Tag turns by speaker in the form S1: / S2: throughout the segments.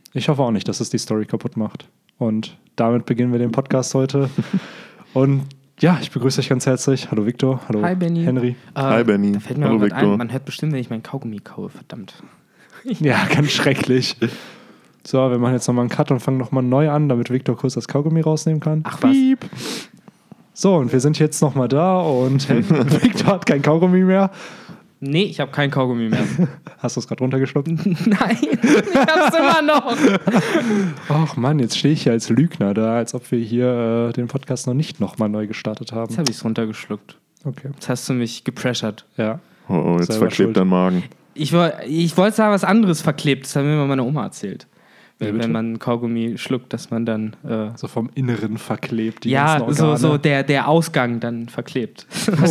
S1: Ich hoffe auch nicht, dass es die Story kaputt macht. Und damit beginnen wir den Podcast heute. Und ja, ich begrüße euch ganz herzlich. Hallo Victor, hallo
S2: Hi Benny.
S1: Henry.
S3: Hi Benny.
S2: Da fällt mir
S3: Hallo
S2: gerade
S3: Victor.
S2: ein, man hört bestimmt, wenn ich meinen Kaugummi kaue, verdammt.
S1: Ja, ganz schrecklich. So, wir machen jetzt nochmal einen Cut und fangen nochmal neu an, damit Victor kurz das Kaugummi rausnehmen kann.
S2: Ach was.
S1: Piep. So, und wir sind jetzt nochmal da und Victor hat kein Kaugummi mehr.
S2: Nee, ich habe kein Kaugummi mehr.
S1: Hast du es gerade runtergeschluckt?
S2: Nein, ich hab's immer noch.
S1: Ach Mann, jetzt stehe ich hier als Lügner da, als ob wir hier den Podcast noch nicht nochmal neu gestartet haben.
S2: Jetzt habe ich es runtergeschluckt.
S1: Okay,
S2: Jetzt hast du mich gepressured.
S1: ja.
S3: Oh, jetzt
S1: Selber
S3: verklebt
S1: schuld.
S3: dein Magen.
S2: Ich wollte sagen, was anderes verklebt. Das hat mir immer meine Oma erzählt.
S1: Ja, bitte?
S2: Wenn man Kaugummi schluckt, dass man dann...
S1: So vom Inneren verklebt, die
S2: ja,
S1: ganzen Organe.
S2: so der Ausgang dann verklebt.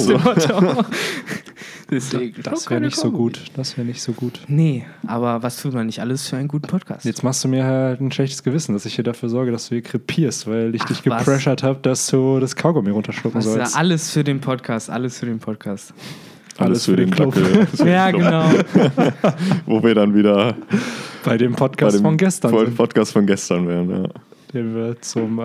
S2: Deswegen,
S1: Das wäre nicht so gut. Das wäre nicht so gut.
S2: Nee, aber was tut man nicht alles für einen guten Podcast?
S1: Jetzt machst du mir halt ein schlechtes Gewissen, dass ich hier dafür sorge, dass du hier krepierst, weil ich dich
S2: was?
S1: gepressured habe, dass du das Kaugummi runterschlucken
S2: Was ist
S1: sollst.
S2: ja alles für den Podcast, alles für den Podcast.
S3: Alles für den
S1: Club.
S3: Dackel.
S2: Ja, genau.
S3: Wo wir dann wieder
S1: Bei dem
S3: bei
S1: Podcast
S3: dem
S1: von gestern sind,
S3: Podcast von gestern wären. Ja.
S1: den wir zum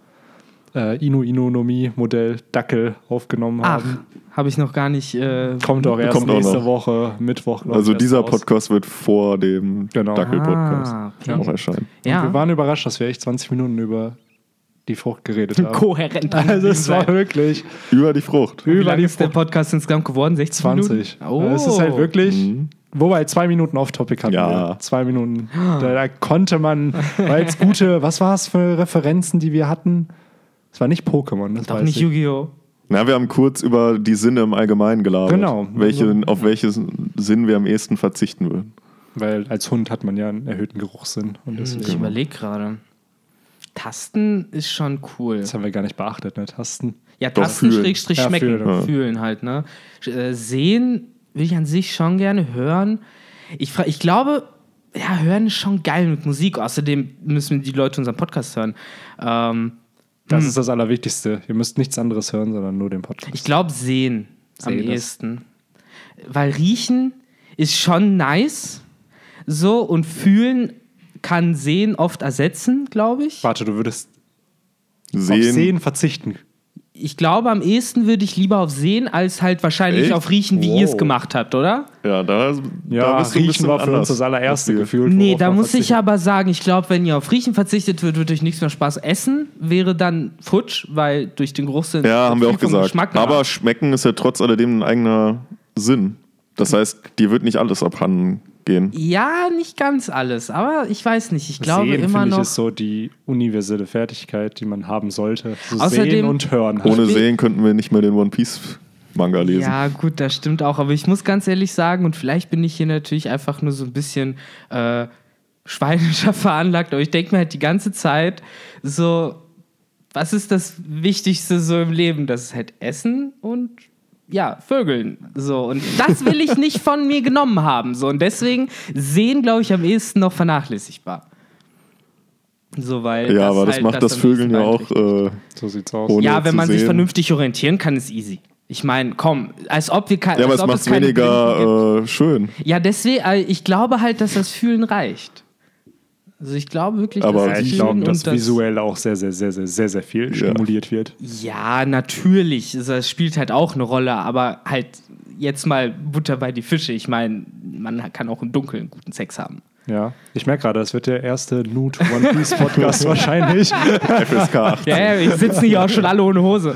S1: Inu-Inu-Nomie-Modell Dackel aufgenommen
S2: Ach,
S1: haben.
S2: habe ich noch gar nicht...
S1: Kommt auch erst
S3: Kommt auch
S1: nächste
S3: noch.
S1: Woche, Mittwoch. glaub ich,
S3: Also
S1: erst
S3: dieser
S1: raus.
S3: Podcast wird vor dem
S1: Genau.
S3: Dackel-Podcast
S2: okay.
S3: auch erscheinen.
S1: Wir
S2: Ja,
S1: waren überrascht, dass wir echt 20 Minuten über die Frucht geredet haben.
S2: kohärent.
S1: Also es war wirklich
S3: Über die Frucht.
S2: Wie
S1: über
S2: lange
S1: die
S2: ist der
S1: Frucht.
S2: Podcast insgesamt geworden? 60
S1: 20.
S2: Minuten? Oh.
S1: Es ist halt wirklich,
S3: Mhm.
S1: wobei 2 Minuten Off-Topic hatten
S3: Ja.
S1: wir. 2 Minuten. Da konnte man, weil es gute, was war es für Referenzen, die wir hatten? Es war nicht Pokémon, das
S2: Doch
S1: weiß
S2: nicht
S1: ich.
S2: Yu-Gi-Oh!
S3: Na, wir haben kurz über die Sinne im Allgemeinen gelabert.
S1: Genau.
S3: Auf welchen Sinn wir am ehesten verzichten würden.
S1: Weil als Hund hat man ja einen erhöhten Geruchssinn. Und
S2: Ich
S1: deswegen,
S2: überlege gerade. Tasten ist schon cool.
S1: das haben wir gar nicht beachtet, ne? Tasten.
S2: Ja,
S3: Doch,
S2: Tasten
S3: fühlen.
S2: Schrägstrich
S1: Ja,
S2: schmecken.
S1: fühlen.
S2: Fühlen halt, ne? Sehen will ich an sich schon gerne hören. Ich glaube, ja, hören ist schon geil mit Musik. Außerdem müssen die Leute unseren Podcast hören.
S1: Das ist das Allerwichtigste. Ihr müsst nichts anderes hören, sondern nur den Podcast.
S2: Ich glaube, sehen am
S1: Sehen, das-
S2: ehesten. Weil riechen ist schon nice. So, und fühlen kann sehen oft ersetzen, glaube ich.
S1: Warte, du würdest auf
S3: Sehen.
S1: Sehen verzichten.
S2: Ich glaube, am ehesten würde ich lieber auf sehen, als halt wahrscheinlich
S3: Echt?
S2: auf riechen, wie ihr es
S1: Wow.
S2: gemacht habt, oder?
S3: Ja, da
S1: Ja,
S3: bist du ein
S1: Riechen
S3: bisschen
S1: war für uns
S3: anders.
S1: das allererste
S3: Profil.
S1: Gefühl.
S2: Nee,
S1: worauf
S2: da
S1: man
S2: muss ich
S1: verzichtet.
S2: aber sagen, ich glaube, wenn ihr auf Riechen verzichtet wird euch nichts mehr Spaß. Essen wäre dann futsch, weil durch den Geruchssinn...
S3: Ja, haben wir
S2: viel
S3: auch
S2: vom
S3: gesagt.
S2: Geschmack
S3: Aber
S2: nach.
S3: schmecken ist ja trotz alledem ein eigener Sinn. Das heißt, dir wird nicht alles abhanden gehen.
S2: Ja, nicht ganz alles, aber ich weiß nicht. Ich glaube
S1: Sehen,
S2: immer
S1: finde ich,
S2: noch...
S1: ist so die universelle Fertigkeit, die man haben sollte. So
S2: Außerdem-
S1: sehen und hören.
S3: Ohne
S2: bin-
S3: Sehen könnten wir nicht mehr den One Piece Manga lesen.
S2: Ja, gut, das stimmt auch. Aber ich muss ganz ehrlich sagen, und vielleicht bin ich hier natürlich einfach nur so ein bisschen schweinischer veranlagt, aber ich denke mir halt die ganze Zeit so, was ist das Wichtigste so im Leben? Das ist halt Essen und ja, Vögeln. So, und das will ich nicht von mir genommen haben. So, und deswegen sehen, glaube ich, am ehesten noch vernachlässigbar. So, weil
S3: Ja, aber das
S2: halt
S3: macht das
S2: am
S3: Vögeln ja
S2: ehesten
S3: auch
S2: beeinträchtigt.
S1: So sieht's aus.
S3: ohne
S2: Ja, wenn
S3: zu
S2: man sich
S3: sehen.
S2: vernünftig orientieren kann, ist easy. Ich meine, komm, als ob wir
S3: Ja, aber es macht weniger schön.
S2: Ja, deswegen, ich glaube halt, dass das Fühlen reicht. Also ich glaube wirklich,
S3: Aber
S2: dass das
S1: Ich
S2: Fühlen
S1: glaube, dass
S2: und das
S1: visuell auch sehr, sehr, sehr, sehr, sehr, sehr viel stimuliert wird.
S2: Ja, natürlich. Also das spielt halt auch eine Rolle, aber halt jetzt mal Butter bei die Fische. Ich meine, man kann auch im Dunkeln guten Sex haben.
S1: Ja, ich merke gerade, das wird der erste Nude One Piece Podcast wahrscheinlich.
S3: FSK 18.
S2: Ja, wir sitzen hier auch schon alle ohne Hose.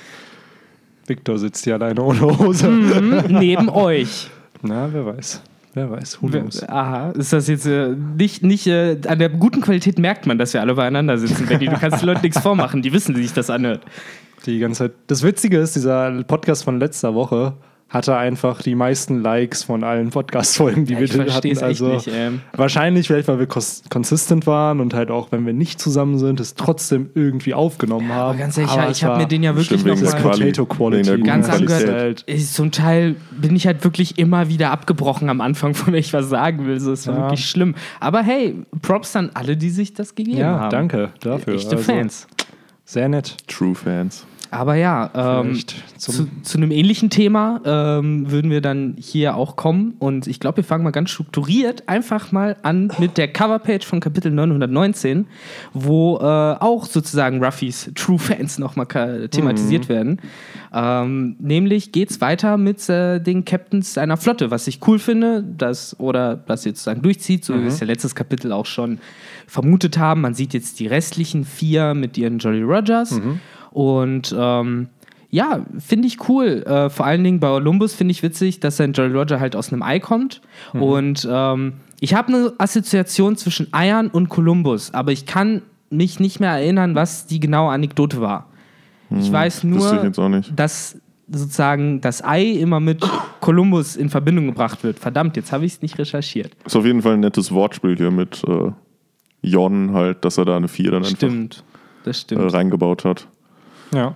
S1: Victor sitzt hier alleine ohne Hose.
S2: Neben euch.
S1: Na, wer weiß. Wer weiß. Who knows?
S2: Aha, ist das jetzt nicht an der guten Qualität merkt man, dass wir alle beieinander sitzen, Benny. Du kannst den Leuten nichts vormachen, die wissen, wie sich das anhört.
S1: Die ganze Zeit. Das Witzige ist, dieser Podcast von letzter Woche hatte einfach die meisten Likes von allen Podcast-Folgen, die
S2: Ja,
S1: wir
S2: ich verstehe
S1: hatten.
S2: es echt nicht.
S1: Wahrscheinlich, vielleicht, weil wir consistent waren und halt auch, wenn wir nicht zusammen sind, es trotzdem irgendwie aufgenommen haben.
S2: Aber ganz ehrlich,
S1: Aber
S2: ich habe mir den ja wirklich
S3: Stimmt, wegen
S1: das
S3: der
S2: nochmal...
S3: Quali.
S1: Potato Quality.
S3: Wegen der guten
S2: Ganz
S3: Qualität.
S2: angehört. Zum Teil bin ich halt wirklich immer wieder abgebrochen am Anfang, von wenn ich was sagen will. So, es war
S1: Ja.
S2: wirklich schlimm. Aber hey, Props an alle, die sich das gegeben
S1: Ja,
S2: haben.
S1: danke dafür.
S2: Echte
S1: Also,
S2: Fans.
S1: Sehr nett.
S3: True Fans.
S2: Aber ja,
S1: Vielleicht
S2: zu einem ähnlichen Thema würden wir dann hier auch kommen. Und ich glaube, wir fangen mal ganz strukturiert einfach mal an mit der Coverpage von Kapitel 919, wo auch sozusagen Ruffys True Fans nochmal thematisiert werden. Nämlich geht es weiter mit den Captains einer Flotte, was ich cool finde, das jetzt sozusagen durchzieht, so wie wir es ja letztes Kapitel auch schon vermutet haben. Man sieht jetzt die restlichen 4 mit ihren Jolly Rogers. Und ja, finde ich cool. Vor allen Dingen bei Olympus finde ich witzig, dass sein Jolly Roger halt aus einem Ei kommt. Und ich habe eine Assoziation zwischen Eiern und Columbus, aber ich kann mich nicht mehr erinnern, was die genaue Anekdote war. Ich weiß nur, dass sozusagen das Ei immer mit Columbus in Verbindung gebracht wird. Verdammt, jetzt habe ich es nicht recherchiert.
S3: Ist auf jeden Fall ein nettes Wortspiel hier mit Jon halt, dass er da eine 4 dann einfach reingebaut hat.
S1: Ja.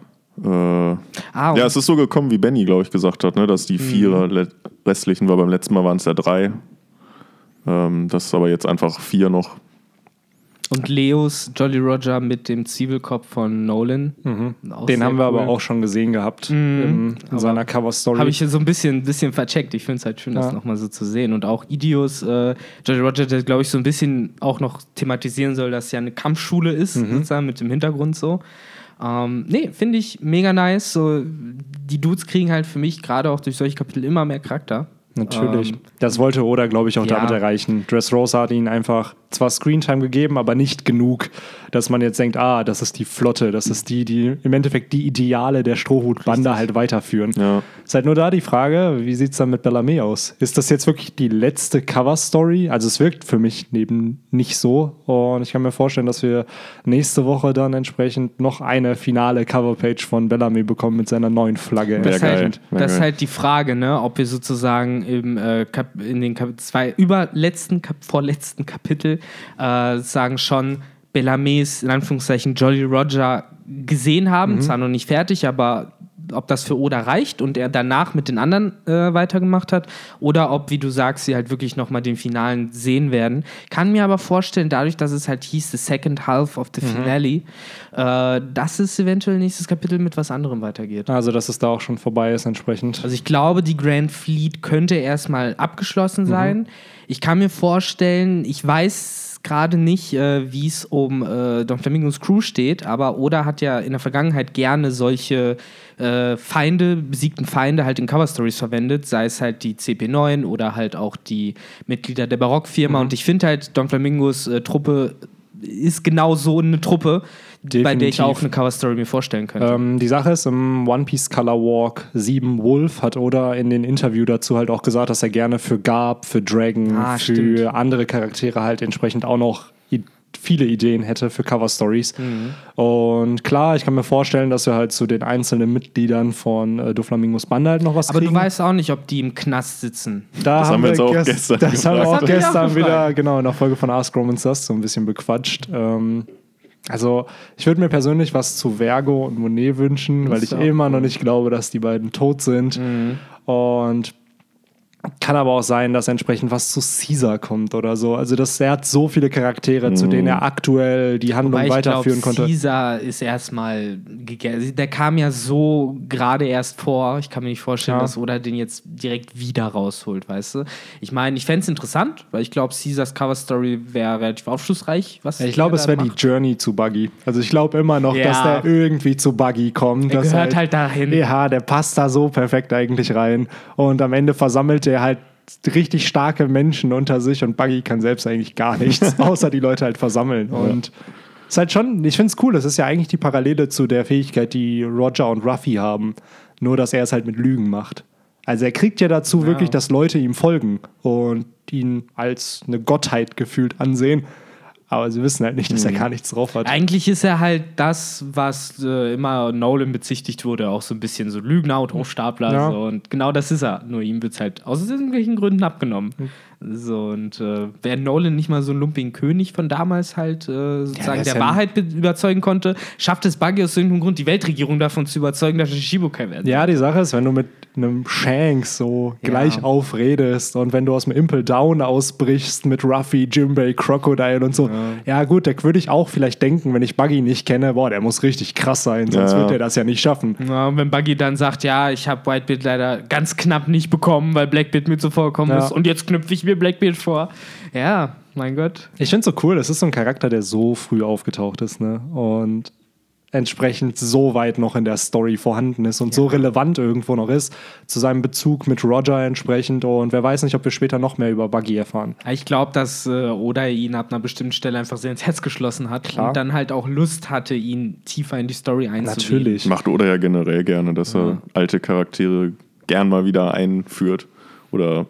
S3: Ja, es ist so gekommen, wie Benny, glaube ich, gesagt hat, ne, dass die 4 restlichen, weil beim letzten Mal waren es ja 3. Das ist aber jetzt einfach 4 noch.
S2: Und Leos Jolly Roger mit dem Zwiebelkopf von Nolan.
S1: Den haben wir aber auch schon gesehen gehabt in seiner Cover-Story.
S2: Habe ich so ein bisschen vercheckt. Ich finde es halt schön, das nochmal so zu sehen. Und auch Idios Jolly Roger, der, glaube ich, so ein bisschen auch noch thematisieren soll, dass es ja eine Kampfschule ist, sozusagen mit dem Hintergrund so. Nee, finde ich mega nice. So, die Dudes kriegen halt für mich gerade auch durch solche Kapitel immer mehr Charakter.
S1: Natürlich. Das wollte Oda, glaube ich, auch damit erreichen. Dressrosa hat ihnen einfach zwar Screentime gegeben, aber nicht genug, dass man jetzt denkt, das ist die Flotte, das ist die im Endeffekt die Ideale der Strohhutbande halt weiterführen. Ja. Ist halt nur da die Frage, wie sieht es dann mit Bellarmé aus? Ist das jetzt wirklich die letzte Cover-Story? Also es wirkt für mich nicht so. Und ich kann mir vorstellen, dass wir nächste Woche dann entsprechend noch eine finale Coverpage von Bellarmé bekommen mit seiner neuen Flagge.
S2: Das ist halt die Frage, ne? Ob wir sozusagen in den vorletzten Kapitel sagen schon Bellarmés, in Anführungszeichen, Jolly Roger gesehen haben. Zwar noch nicht fertig, aber ob das für Oda reicht und er danach mit den anderen weitergemacht hat oder ob, wie du sagst, sie halt wirklich nochmal den Finalen sehen werden. Kann mir aber vorstellen, dadurch, dass es halt hieß, the second half of the finale, dass es eventuell nächstes Kapitel mit was anderem weitergeht.
S1: Also, dass es da auch schon vorbei ist entsprechend.
S2: Also ich glaube, die Grand Fleet könnte erstmal abgeschlossen sein. Ich kann mir vorstellen, ich weiß gerade nicht, wie es um Don Flamingos Crew steht, aber Oda hat ja in der Vergangenheit gerne solche besiegten Feinde halt in Cover-Stories verwendet, sei es halt die CP9 oder halt auch die Mitglieder der Barock-Firma. Und ich finde halt, Don Flamingos Truppe ist genau so eine Truppe, definitiv, bei der ich auch eine Cover-Story mir vorstellen könnte.
S1: Die Sache ist, im One Piece Color Walk 7 Wolf hat Oda in den Interview dazu halt auch gesagt, dass er gerne für Garp, für Dragon, für andere Charaktere halt entsprechend auch noch viele Ideen hätte für Cover-Stories. Und klar, ich kann mir vorstellen, dass wir halt zu den einzelnen Mitgliedern von Doflamingos Bande halt noch was kriegen.
S2: Aber du weißt auch nicht, ob die im Knast sitzen.
S3: Das haben wir jetzt auch gestern
S1: Das haben wir auch gestern wieder, genau, in der Folge von Ask Romans das so ein bisschen bequatscht. Also, ich würde mir persönlich was zu Vergo und Monet wünschen, weil ich immer noch nicht glaube, dass die beiden tot sind. Und kann aber auch sein, dass entsprechend was zu Caesar kommt oder so. Also er hat so viele Charaktere, zu denen er aktuell die Handlung weiterführen konnte.
S2: Caesar ist erstmal der kam ja so gerade erst vor. Ich kann mir nicht vorstellen, dass Oda den jetzt direkt wieder rausholt, weißt du? Ich meine, ich fände es interessant, weil ich glaube, Caesars Cover-Story wäre relativ aufschlussreich.
S1: Ich glaube, es wäre die Journey zu Buggy. Also ich glaube immer noch, dass der irgendwie zu Buggy kommt.
S2: Der gehört halt dahin.
S1: Ja, der passt da so perfekt eigentlich rein. Und am Ende versammelt er halt richtig starke Menschen unter sich und Buggy kann selbst eigentlich gar nichts, außer die Leute halt versammeln. Und ist halt schon, ich finde es cool, das ist ja eigentlich die Parallele zu der Fähigkeit, die Roger und Ruffy haben, nur dass er es halt mit Lügen macht. Also er kriegt ja dazu wirklich, dass Leute ihm folgen und ihn als eine Gottheit gefühlt ansehen. Aber sie wissen halt nicht, dass er gar nichts drauf hat.
S2: Eigentlich ist er halt das, was immer Nolan bezichtigt wurde, auch so ein bisschen so Lügner und Hochstapler. Ja. So. Und genau das ist er. Nur ihm wird es halt aus irgendwelchen Gründen abgenommen. So, und wäre Nolan nicht mal so ein lumpigen König von damals halt sozusagen der Wahrheit überzeugen konnte, schafft es Buggy aus irgendeinem Grund, die Weltregierung davon zu überzeugen, dass er Shichibukai werden soll.
S1: Ja, die Sache ist, wenn du mit einem Shanks so gleich aufredest und wenn du aus dem Impel Down ausbrichst mit Ruffy, Jimbei, Crocodile und so. Ja gut, da würde ich auch vielleicht denken, wenn ich Buggy nicht kenne, boah, der muss richtig krass sein, sonst wird er das ja nicht schaffen.
S2: Ja, und wenn Buggy dann sagt, ja, ich habe Whitebeard leider ganz knapp nicht bekommen, weil Blackbeard mir zuvor gekommen ist und jetzt knüpfe ich mir Blackbeard vor. Ja, mein Gott.
S1: Ich finde es so cool, das ist so ein Charakter, der so früh aufgetaucht ist, ne? Und entsprechend so weit noch in der Story vorhanden ist und so relevant irgendwo noch ist, zu seinem Bezug mit Roger entsprechend. Und wer weiß nicht, ob wir später noch mehr über Buggy erfahren.
S2: Ich glaube, dass Oda ihn ab einer bestimmten Stelle einfach sehr ins Herz geschlossen hat. Klar. Und dann halt auch Lust hatte, ihn tiefer in die Story einzubinden.
S1: Natürlich.
S3: Macht Oda ja generell gerne, dass er alte Charaktere gern mal wieder einführt oder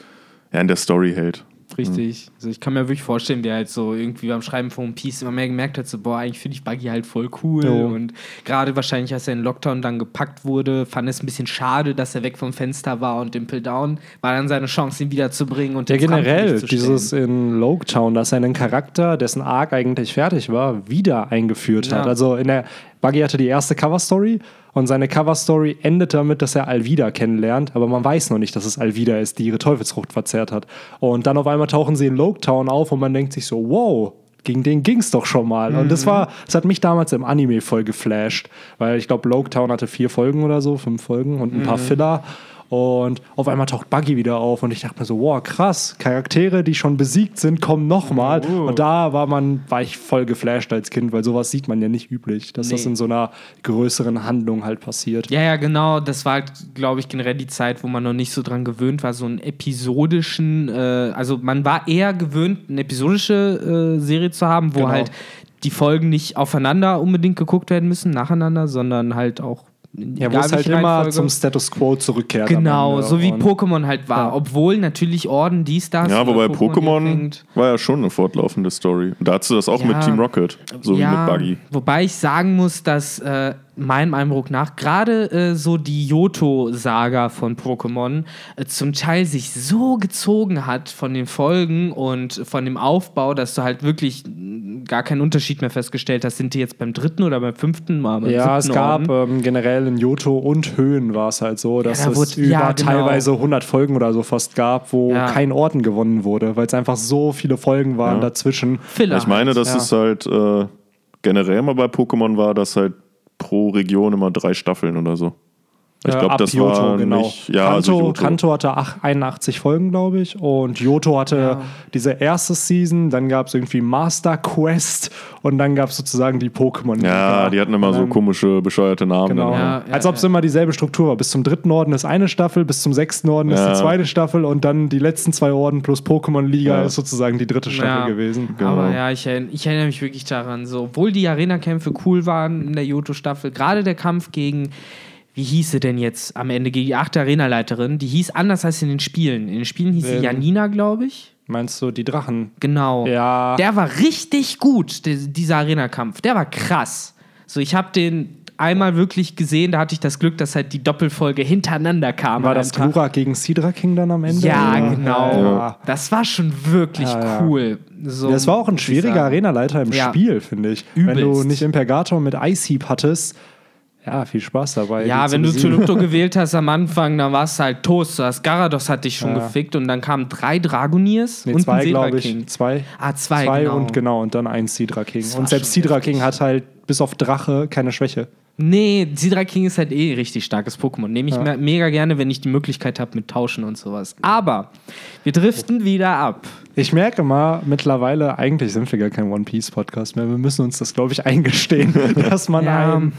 S3: in der Story hält.
S2: Richtig. Also ich kann mir wirklich vorstellen, wie er halt so irgendwie beim Schreiben von One Piece immer mehr gemerkt hat, so, boah, eigentlich finde ich Buggy halt voll cool. Und gerade wahrscheinlich, als er in Lockdown dann gepackt wurde, fand es ein bisschen schade, dass er weg vom Fenster war und Impel Down war dann seine Chance, ihn wiederzubringen. Und
S1: generell, dieses in Lockdown, dass er einen Charakter, dessen Arc eigentlich fertig war, wieder eingeführt hat. Also Buggy hatte die erste Cover-Story und seine Cover-Story endet damit, dass er Alvida kennenlernt, aber man weiß noch nicht, dass es Alvida ist, die ihre Teufelsfrucht verzehrt hat. Und dann auf einmal tauchen sie in Loketown auf und man denkt sich so, wow, gegen den ging's doch schon mal. Und das hat mich damals im Anime voll geflasht, weil ich glaube, Loketown hatte 4 Folgen oder so, 5 Folgen und ein paar Filler. Und auf einmal taucht Buggy wieder auf und ich dachte mir so, wow, krass, Charaktere, die schon besiegt sind, kommen nochmal. Und da war ich voll geflasht als Kind, weil sowas sieht man ja nicht üblich, dass das in so einer größeren Handlung halt passiert.
S2: Ja, genau, das war halt, glaube ich, generell die Zeit, wo man noch nicht so dran gewöhnt war, so einen episodischen, also man war eher gewöhnt, eine episodische Serie zu haben, wo halt die Folgen nicht aufeinander unbedingt geguckt werden müssen, nacheinander, sondern halt auch
S1: wo es halt immer zum Status Quo zurückkehrt.
S2: Genau, so wie Pokémon halt war. Ja. Obwohl natürlich Orden, das.
S3: Ja, wobei Pokémon war ja schon eine fortlaufende Story. Und da hast du das auch mit Team Rocket, so wie mit Buggy.
S2: Wobei ich sagen muss, dass meinem Eindruck nach gerade so die Johto-Saga von Pokémon zum Teil sich so gezogen hat von den Folgen und von dem Aufbau, dass du halt wirklich gar keinen Unterschied mehr festgestellt hast. Sind die jetzt beim 3. oder beim 5. Mal?
S1: Ja, es gab generell in Johto und Höhen war es halt so, dass es teilweise 100 Folgen oder so fast gab, wo kein Orden gewonnen wurde, weil es einfach so viele Folgen waren dazwischen.
S3: Ich meine, dass es halt generell immer bei Pokémon war, dass halt pro Region immer 3 Staffeln oder so. Ich glaube, das
S1: Johto,
S3: war nicht... Ja,
S1: Kanto hatte 81 Folgen, glaube ich. Und Johto hatte diese erste Season, dann gab es irgendwie Master Quest und dann gab es sozusagen die Pokémon.
S3: Ja, die hatten immer so komische, bescheuerte Namen.
S1: Genau. Als ob es immer dieselbe Struktur war. Bis zum 3. Orden ist eine Staffel, bis zum 6. Orden ist die 2. Staffel und dann die letzten 2 Orden plus Pokémon-Liga ist sozusagen die 3. Staffel gewesen.
S2: Genau. Aber ich erinnere mich wirklich daran. So, obwohl die Arena-Kämpfe cool waren in der Johto-Staffel, gerade der Kampf gegen... Wie hieß sie denn jetzt am Ende gegen die 8. Arena-Leiterin? Die hieß anders als in den Spielen. In den Spielen hieß sie Janina, glaube ich.
S1: Meinst du die Drachen?
S2: Genau.
S1: Ja.
S2: Der war richtig gut, dieser Arena-Kampf. Der war krass. So, ich habe den einmal wirklich gesehen, da hatte ich das Glück, dass halt die Doppelfolge hintereinander kam.
S1: War das Glurak gegen Sidra King dann am Ende?
S2: Ja, genau. Ja. Das war schon wirklich cool. So,
S1: das war auch ein schwieriger Arenaleiter im Spiel, finde ich. Übelst. Wenn du nicht Impergator mit Ice Heap hattest, ja, viel Spaß dabei.
S2: Ja, wenn du Tulipto gewählt hast am Anfang, dann warst du halt Toast. Garados hat dich schon gefickt und dann kamen 3 Dragoniers und
S1: 2,
S2: ein Sidra
S1: glaube ich.
S2: King.
S1: 2.
S2: 2, genau.
S1: Und dann ein Sidra King. Und selbst Sidra King hat halt bis auf Drache keine Schwäche.
S2: Nee, Sidra King ist halt richtig starkes Pokémon. Nehme ich mega gerne, wenn ich die Möglichkeit habe mit Tauschen und sowas. Aber wir driften wieder ab.
S1: Ich merke mal, mittlerweile, eigentlich sind wir gar kein One-Piece-Podcast mehr. Wir müssen uns das, glaube ich, eingestehen, dass man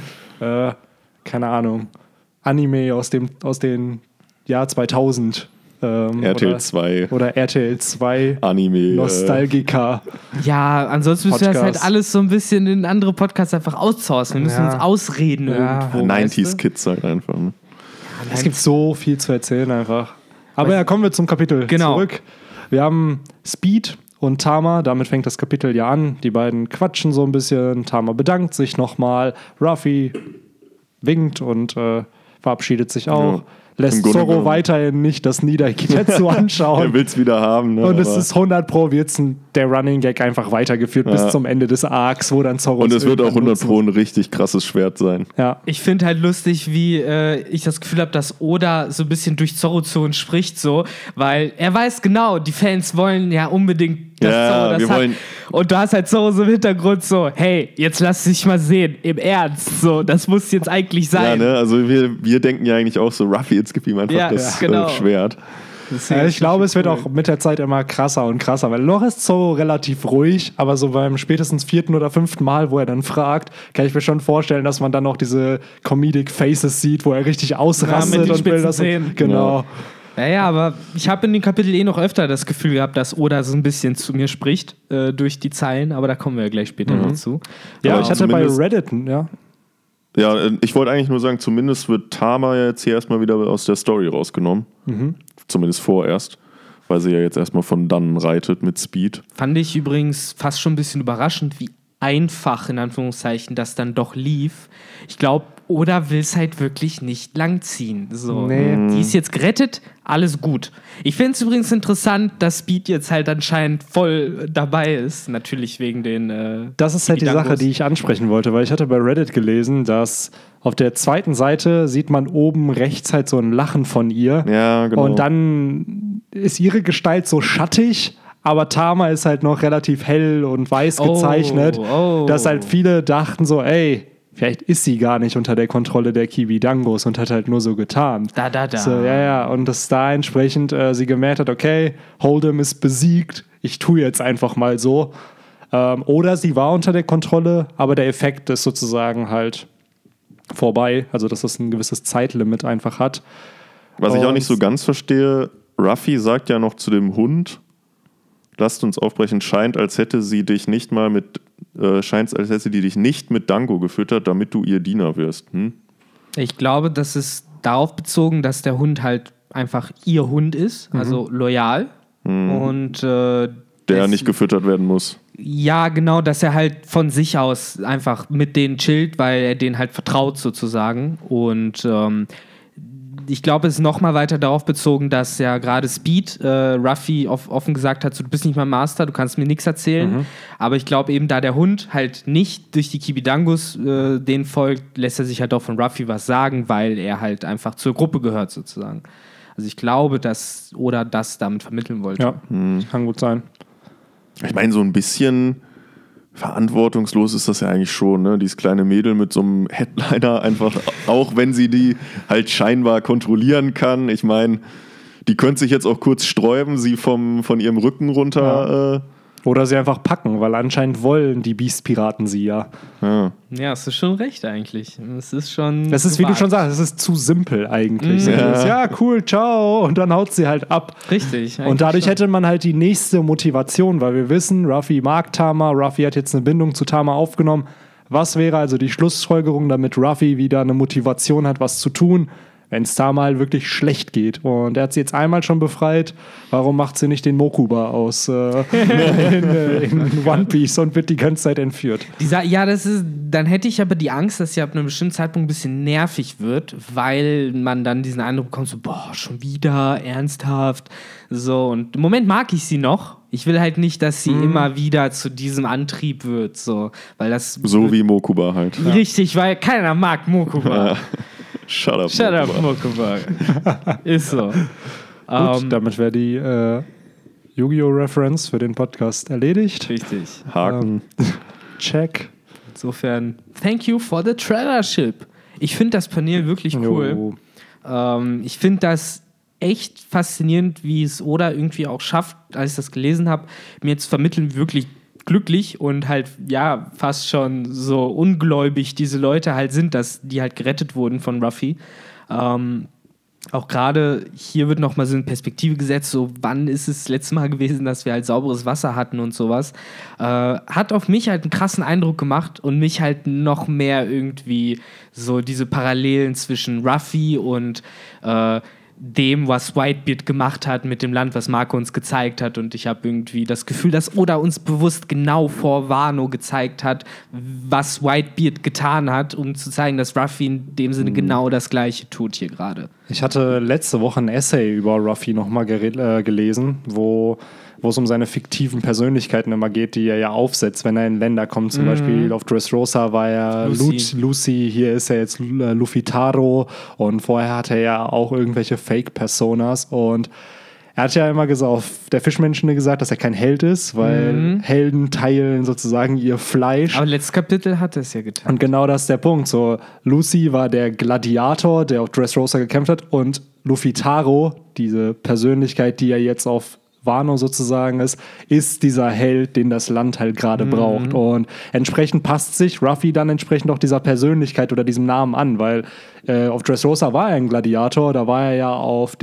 S1: keine Ahnung, Anime aus dem Jahr 2000
S3: RTL 2
S1: oder RTL 2
S3: Anime
S1: Nostalgica.
S2: Ja, ansonsten müssen wir das halt alles so ein bisschen in andere Podcasts einfach outsourcen. Wir müssen uns ausreden irgendwo.
S3: 90s Kids halt einfach. Ne?
S1: Es gibt so viel zu erzählen einfach. Aber kommen wir zum Kapitel zurück. Wir haben Speed und Tama, damit fängt das Kapitel ja an. Die beiden quatschen so ein bisschen. Tama bedankt sich nochmal. Ruffy winkt und verabschiedet sich auch. lässt Zorro weiterhin nicht das Niederkitetsu anschauen.
S3: Er will es wieder haben. Ne?
S1: Und es ist 100 Pro, wird der Running Gag einfach weitergeführt bis zum Ende des Arcs, wo dann Zorro...
S3: Und es wird auch 100 Pro ein richtig krasses Schwert sein.
S2: Ja. Ich finde halt lustig, wie ich das Gefühl habe, dass Oda so ein bisschen durch Zorro zu uns spricht, so, weil er weiß genau, die Fans wollen ja unbedingt, dass Zorro das hat. Und du hast halt Zorro so im Hintergrund so, hey, jetzt lass dich mal sehen, im Ernst, so, das muss jetzt eigentlich sein.
S3: Ja, ne? Also wir denken ja eigentlich auch so, Ruffy, jetzt gib ihm einfach das Schwert.
S1: Ja, ich glaube, es wird auch mit der Zeit immer krasser und krasser, weil noch ist Zorro relativ ruhig, aber so beim spätestens 4. oder 5. Mal, wo er dann fragt, kann ich mir schon vorstellen, dass man dann noch diese Comedic Faces sieht, wo er richtig ausrastet und will das sehen. Genau.
S2: Ja, aber ich habe in dem Kapitel noch öfter das Gefühl gehabt, dass Oda so ein bisschen zu mir spricht durch die Zeilen, aber da kommen wir ja gleich später noch zu.
S1: Ja, ich hatte bei Reddit,
S3: Ja, ich wollte eigentlich nur sagen, zumindest wird Tama jetzt hier erstmal wieder aus der Story rausgenommen. Zumindest vorerst, weil sie ja jetzt erstmal von dannen reitet mit Speed.
S2: Fand ich übrigens fast schon ein bisschen überraschend, wie einfach, in Anführungszeichen, das dann doch lief. Ich glaube, Oda will es halt wirklich nicht langziehen. So. Nee. Die ist jetzt gerettet, alles gut. Ich finde es übrigens interessant, dass Speed jetzt halt anscheinend voll dabei ist. Natürlich wegen den
S1: das ist halt die Sache, die ich ansprechen wollte, weil ich hatte bei Reddit gelesen, dass auf der zweiten Seite sieht man oben rechts halt so ein Lachen von ihr.
S3: Ja, genau.
S1: Und dann ist ihre Gestalt so schattig, aber Tama ist halt noch relativ hell und weiß gezeichnet, dass halt viele dachten so, ey, vielleicht ist sie gar nicht unter der Kontrolle der Kibi-Dangos und hat halt nur so getan. So, ja. Und dass da entsprechend sie gemerkt hat, okay, Hold'em ist besiegt, ich tue jetzt einfach mal so. Oder sie war unter der Kontrolle, aber der Effekt ist sozusagen halt vorbei, also dass es ein gewisses Zeitlimit einfach hat.
S3: Was ich auch nicht so ganz verstehe, Ruffy sagt ja noch zu dem Hund, lasst uns aufbrechen, scheint, als hätte sie dich nicht mit Dango gefüttert, damit du ihr Diener wirst.
S2: Ich glaube, das ist darauf bezogen, dass der Hund halt einfach ihr Hund ist, also loyal. Und
S3: der nicht gefüttert werden muss.
S2: Ja, genau, dass er halt von sich aus einfach mit denen chillt, weil er denen halt vertraut sozusagen. Und ich glaube, es ist nochmal weiter darauf bezogen, dass ja gerade Speed Ruffy offen gesagt hat, so, du bist nicht mein Master, du kannst mir nichts erzählen. Aber ich glaube eben, da der Hund halt nicht durch die Kibi-Dangos denen folgt, lässt er sich halt auch von Ruffy was sagen, weil er halt einfach zur Gruppe gehört sozusagen. Also ich glaube, dass Oda das damit vermitteln wollte.
S1: Ja, kann gut sein.
S3: Ich meine, so ein bisschen verantwortungslos ist das ja eigentlich schon, ne? Dieses kleine Mädel mit so einem Headliner einfach, auch wenn sie die halt scheinbar kontrollieren kann. Ich meine, die könnte sich jetzt auch kurz sträuben, sie von ihrem Rücken runter...
S1: Oder sie einfach packen, weil anscheinend wollen die Beast-Piraten sie ja.
S2: Ja, es ist schon recht eigentlich. Es ist schon...
S1: Das ist, wie du schon sagst, es ist zu simpel eigentlich. Ja, cool, ciao. Und dann haut sie halt ab.
S2: Richtig.
S1: Und dadurch hätte man halt die nächste Motivation, weil wir wissen, Ruffy mag Tama, Ruffy hat jetzt eine Bindung zu Tama aufgenommen. Was wäre also die Schlussfolgerung, damit Ruffy wieder eine Motivation hat, was zu tun, wenn es Tama halt wirklich schlecht geht? Und er hat sie jetzt einmal schon befreit. Warum macht sie nicht den Mokuba aus in One Piece und wird die ganze Zeit entführt?
S2: Dann hätte ich aber die Angst, dass sie ab einem bestimmten Zeitpunkt ein bisschen nervig wird, weil man dann diesen Eindruck bekommt, so, boah, schon wieder, ernsthaft. So, und im Moment mag ich sie noch. Ich will halt nicht, dass sie immer wieder zu diesem Antrieb wird. So, weil das
S3: so wie Mokuba halt.
S2: Richtig, weil keiner mag Mokuba.
S3: Ja. Shut up,
S2: Mokuba. Ist so.
S1: Gut, damit wäre die Yu-Gi-Oh! Reference für den Podcast erledigt.
S2: Richtig.
S3: Haken.
S1: Check.
S2: Insofern, thank you for the Treasure-Ship. Ich finde das Panel wirklich cool. Ich finde das echt faszinierend, wie es Oda irgendwie auch schafft, als ich das gelesen habe, mir zu vermitteln, wirklich glücklich und halt, ja, fast schon so ungläubig diese Leute halt sind, dass die halt gerettet wurden von Ruffy. Auch gerade hier wird nochmal so eine Perspektive gesetzt, so wann ist es das letzte Mal gewesen, dass wir halt sauberes Wasser hatten und sowas. Hat auf mich halt einen krassen Eindruck gemacht und mich halt noch mehr irgendwie so diese Parallelen zwischen Ruffy und dem, was Whitebeard gemacht hat mit dem Land, was Marco uns gezeigt hat. Und ich habe irgendwie das Gefühl, dass Oda uns bewusst genau vor Wano gezeigt hat, was Whitebeard getan hat, um zu zeigen, dass Ruffy in dem Sinne genau das Gleiche tut hier gerade.
S1: Ich hatte letzte Woche ein Essay über Ruffy nochmal gelesen, wo es um seine fiktiven Persönlichkeiten immer geht, die er ja aufsetzt, wenn er in Länder kommt. Zum Beispiel auf Dressrosa war er Lucy, hier ist er jetzt Luffy-Taro und vorher hatte er ja auch irgendwelche Fake-Personas und er hat ja immer gesagt, auf der Fischmenschene gesagt, dass er kein Held ist, weil Helden teilen sozusagen ihr Fleisch.
S2: Aber letztes Kapitel hat er es ja getan.
S1: Und genau das ist der Punkt. So, Lucy war der Gladiator, der auf Dressrosa gekämpft hat und Luffy-Taro, diese Persönlichkeit, die er jetzt auf Wano sozusagen ist dieser Held, den das Land halt gerade braucht. Und entsprechend passt sich Ruffy dann entsprechend auch dieser Persönlichkeit oder diesem Namen an, weil auf Dressrosa war er ein Gladiator, da war er ja auf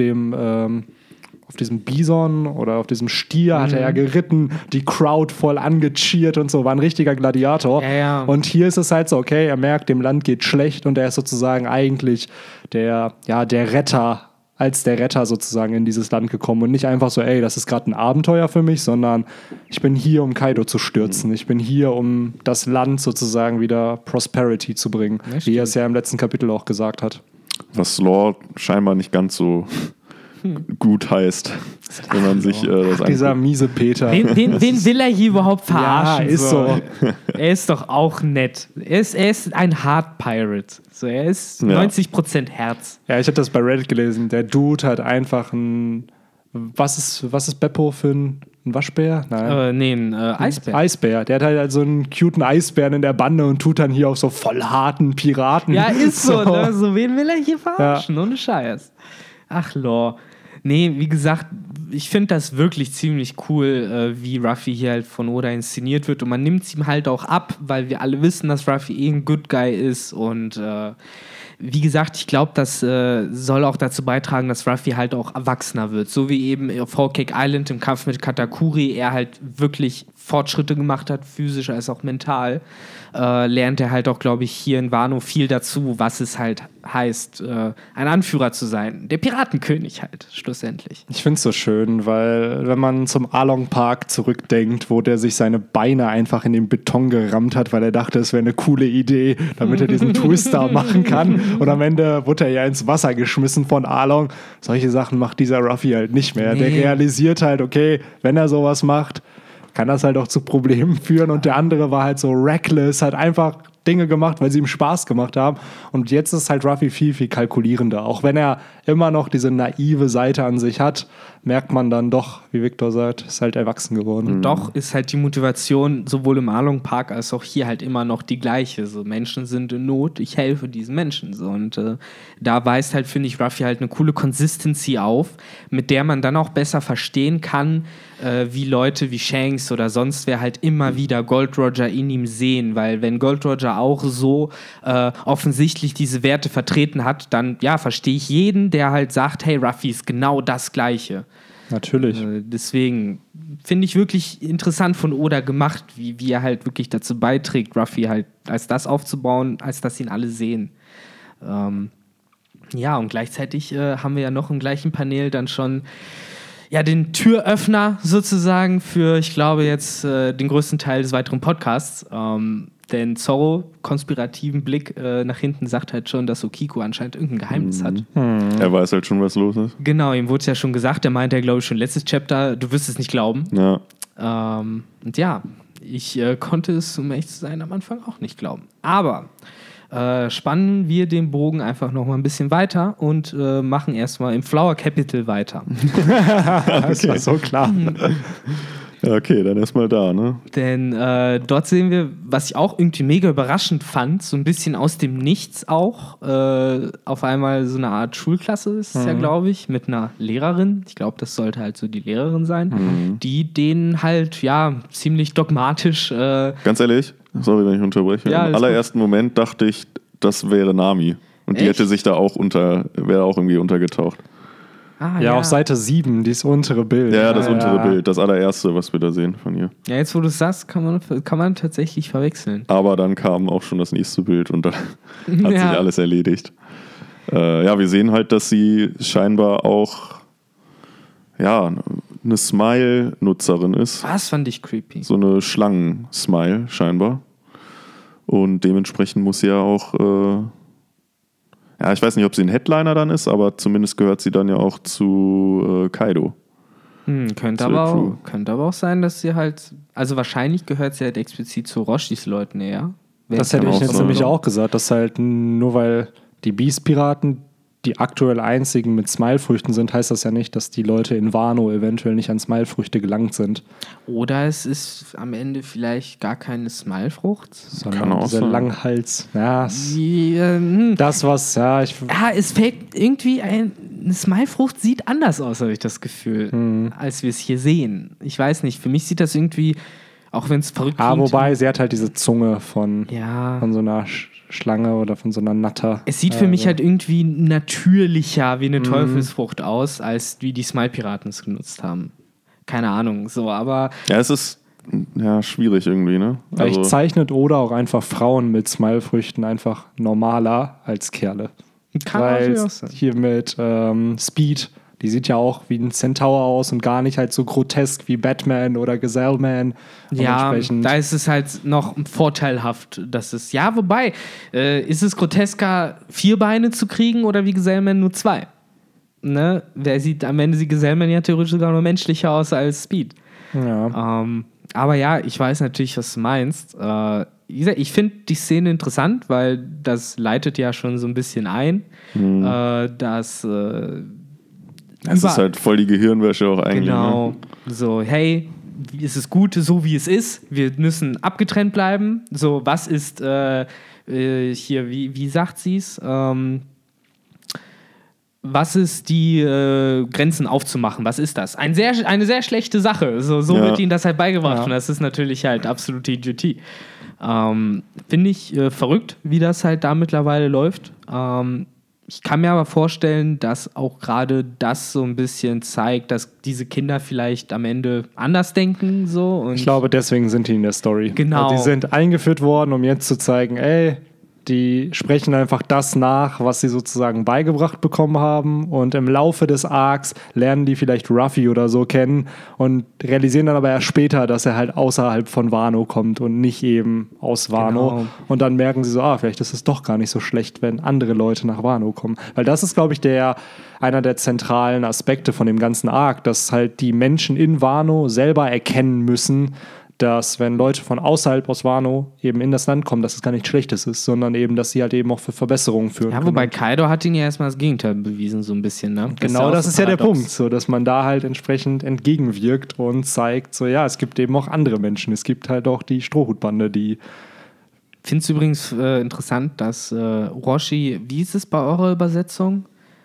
S1: diesem Bison oder auf diesem Stier hat er ja geritten, die Crowd voll angecheert und so, war ein richtiger Gladiator.
S2: Ja.
S1: Und hier ist es halt so, okay, er merkt, dem Land geht schlecht und er ist sozusagen eigentlich der Retter, als der Retter sozusagen in dieses Land gekommen und nicht einfach so, ey, das ist gerade ein Abenteuer für mich, sondern ich bin hier, um Kaido zu stürzen. Ich bin hier, um das Land sozusagen wieder Prosperity zu bringen, wie er es ja im letzten Kapitel auch gesagt hat.
S3: Was Law scheinbar nicht ganz so gut heißt, wenn man sich das anguckt.
S1: Dieser miese Peter.
S2: Wen will er hier überhaupt verarschen?
S1: Ja, ist so.
S2: Er ist doch auch nett. Er ist ein Hard Pirate. So, er ist 90% Herz.
S1: Ja, ich habe das bei Reddit gelesen. Der Dude hat einfach ein... Was ist Beppo für ein Waschbär? Nein.
S2: Ein Eisbär.
S1: Eisbär. Der hat halt so einen cuten Eisbären in der Bande und tut dann hier auf so voll harten Piraten.
S2: Ja, ist so. Ne? So, wen will er hier verarschen? Ohne Scheiß. Ach, Law. Nee, wie gesagt, ich finde das wirklich ziemlich cool, wie Ruffy hier halt von Oda inszeniert wird und man nimmt es ihm halt auch ab, weil wir alle wissen, dass Ruffy ein Good Guy ist und wie gesagt, ich glaube, das soll auch dazu beitragen, dass Ruffy halt auch erwachsener wird, so wie eben auf Whole Cake Island im Kampf mit Katakuri er halt wirklich Fortschritte gemacht hat, physisch als auch mental, lernt er halt auch, glaube ich, hier in Wano viel dazu, was es halt heißt, ein Anführer zu sein. Der Piratenkönig halt, schlussendlich.
S1: Ich finde es so schön, weil wenn man zum Along Park zurückdenkt, wo der sich seine Beine einfach in den Beton gerammt hat, weil er dachte, es wäre eine coole Idee, damit er diesen Twister machen kann. Und am Ende wurde er ja ins Wasser geschmissen von Along. Solche Sachen macht dieser Ruffy halt nicht mehr. Nee. Der realisiert halt, okay, wenn er sowas macht, kann das halt auch zu Problemen führen. Und der andere war halt so reckless, hat einfach Dinge gemacht, weil sie ihm Spaß gemacht haben. Und jetzt ist halt Ruffy viel, viel kalkulierender. Auch wenn er immer noch diese naive Seite an sich hat, merkt man dann doch, wie Victor sagt, ist halt erwachsen geworden.
S2: Und doch ist halt die Motivation sowohl im Along Park als auch hier halt immer noch die gleiche. So, Menschen sind in Not, ich helfe diesen Menschen. So, und da weist halt, finde ich, Ruffy halt eine coole Consistency auf, mit der man dann auch besser verstehen kann, wie Leute wie Shanks oder sonst wer halt immer wieder Gold Roger in ihm sehen. Weil wenn Gold Roger auch so offensichtlich diese Werte vertreten hat, dann ja, verstehe ich jeden, der halt sagt, hey, Ruffy ist genau das Gleiche.
S1: Natürlich.
S2: Deswegen finde ich wirklich interessant von Oda gemacht, wie er halt wirklich dazu beiträgt, Ruffy halt als das aufzubauen, als dass ihn alle sehen. Ja, und gleichzeitig haben wir ja noch im gleichen Panel dann schon den Türöffner sozusagen für, ich glaube, jetzt den größten Teil des weiteren Podcasts. Denn Zorro, konspirativen Blick nach hinten, sagt halt schon, dass Okiko anscheinend irgendein Geheimnis hat.
S3: Er weiß halt schon, was los ist.
S2: Genau, ihm wurde es ja schon gesagt, er meinte ja, glaube ich, schon letztes Chapter, du wirst es nicht glauben.
S3: Ja.
S2: Und ja, ich konnte es, um ehrlich zu sein, am Anfang auch nicht glauben. Aber spannen wir den Bogen einfach noch mal ein bisschen weiter und machen erstmal im Flower Capital weiter.
S1: Das war so klar.
S3: Ja, okay, dann erstmal da, ne?
S2: Denn dort sehen wir, was ich auch irgendwie mega überraschend fand, so ein bisschen aus dem Nichts auch, auf einmal so eine Art Schulklasse ist es ja, glaube ich, mit einer Lehrerin. Ich glaube, das sollte halt so die Lehrerin sein, die denen halt, ja, ziemlich dogmatisch...
S3: Ganz ehrlich, sorry, wenn ich unterbreche.
S2: Ja,
S3: im allerersten Moment dachte ich, das wäre Nami. Und die hätte sich da auch wäre auch irgendwie untergetaucht.
S1: Ja, auf Seite 7, dieses untere Bild.
S3: Ja, das untere Bild, das allererste, was wir da sehen von ihr.
S2: Ja, jetzt wo du es sagst, kann man tatsächlich verwechseln.
S3: Aber dann kam auch schon das nächste Bild und dann hat sich alles erledigt. Wir sehen halt, dass sie scheinbar auch eine Smile-Nutzerin ist.
S2: Was fand ich creepy.
S3: So eine Schlangen-Smile scheinbar. Und dementsprechend muss sie ja auch, ich weiß nicht, ob sie ein Headliner dann ist, aber zumindest gehört sie dann ja auch zu Kaido.
S2: Könnte aber auch sein, dass sie halt, also wahrscheinlich gehört sie halt explizit zu Roshis Leuten eher.
S1: Das hätte ich jetzt nämlich auch gesagt, dass halt nur weil die Beast-Piraten die aktuell einzigen mit Smile-Früchten sind, heißt das ja nicht, dass die Leute in Wano eventuell nicht an Smile-Früchte gelangt sind.
S2: Oder es ist am Ende vielleicht gar keine Smile-Frucht,
S1: sondern dieser Langhals. Ja,
S2: es fällt irgendwie eine Smile-Frucht sieht anders aus, habe ich das Gefühl, als wir es hier sehen. Ich weiß nicht, für mich sieht das irgendwie, auch wenn es verrückt klingt.
S1: Wobei, sie hat halt diese Zunge von so einer Schlange oder von so einer Natter.
S2: Es sieht für mich halt irgendwie natürlicher wie eine Teufelsfrucht aus, als wie die Smile-Piraten es genutzt haben. Keine Ahnung, so, aber...
S3: Ja, es ist schwierig irgendwie, ne?
S1: Vielleicht zeichnet Oda auch einfach Frauen mit Smile-Früchten einfach normaler als Kerle.
S2: Kann natürlich auch sein.
S1: Hier mit Speed, die sieht ja auch wie ein Centaur aus und gar nicht halt so grotesk wie Batman oder Gazelleman.
S2: Ja, da ist es halt noch vorteilhaft, dass es... Ja, wobei, ist es grotesker, 4 Beine zu kriegen oder wie Gazelleman nur 2? Ne? Am Ende sieht Gazelleman ja theoretisch sogar noch menschlicher aus als Speed.
S1: Ja.
S2: Aber ja, ich weiß natürlich, was du meinst. Wie gesagt, ich finde die Szene interessant, weil das leitet ja schon so ein bisschen ein, dass...
S3: Es ist halt voll die Gehirnwäsche auch eigentlich.
S2: Genau. Ne? So, hey, es ist gut, so wie es ist. Wir müssen abgetrennt bleiben. So, was ist hier, wie sagt sie es? Was ist die Grenzen aufzumachen? Was ist das? Eine sehr schlechte Sache. So wird ihnen das halt beigebracht. Und das ist natürlich halt absolute Idiotie. Finde ich verrückt, wie das halt da mittlerweile läuft. Ich kann mir aber vorstellen, dass auch gerade das so ein bisschen zeigt, dass diese Kinder vielleicht am Ende anders denken. So. Und
S1: ich glaube, deswegen sind die in der Story.
S2: Genau.
S1: Also die sind eingeführt worden, um jetzt zu zeigen, die sprechen einfach das nach, was sie sozusagen beigebracht bekommen haben, und im Laufe des Arcs lernen die vielleicht Ruffy oder so kennen und realisieren dann aber erst später, dass er halt außerhalb von Wano kommt und nicht eben aus Wano. Genau. Und dann merken sie so, vielleicht ist es doch gar nicht so schlecht, wenn andere Leute nach Wano kommen. Weil das ist, glaube ich, einer der zentralen Aspekte von dem ganzen Arc, dass halt die Menschen in Wano selber erkennen müssen, dass wenn Leute von außerhalb aus Wano eben in das Land kommen, dass es gar nichts Schlechtes ist, sondern eben, dass sie halt eben auch für Verbesserungen führen können.
S2: Ja, wobei Kaido hat ihnen ja erstmal das Gegenteil bewiesen, so ein bisschen, ne?
S1: Genau, das ist ja der Punkt, so, dass man da halt entsprechend entgegenwirkt und zeigt, so es gibt eben auch andere Menschen. Es gibt halt auch die Strohhutbande, die...
S2: Ich finde es übrigens interessant, dass Roshi, wie ist es bei eurer Übersetzung?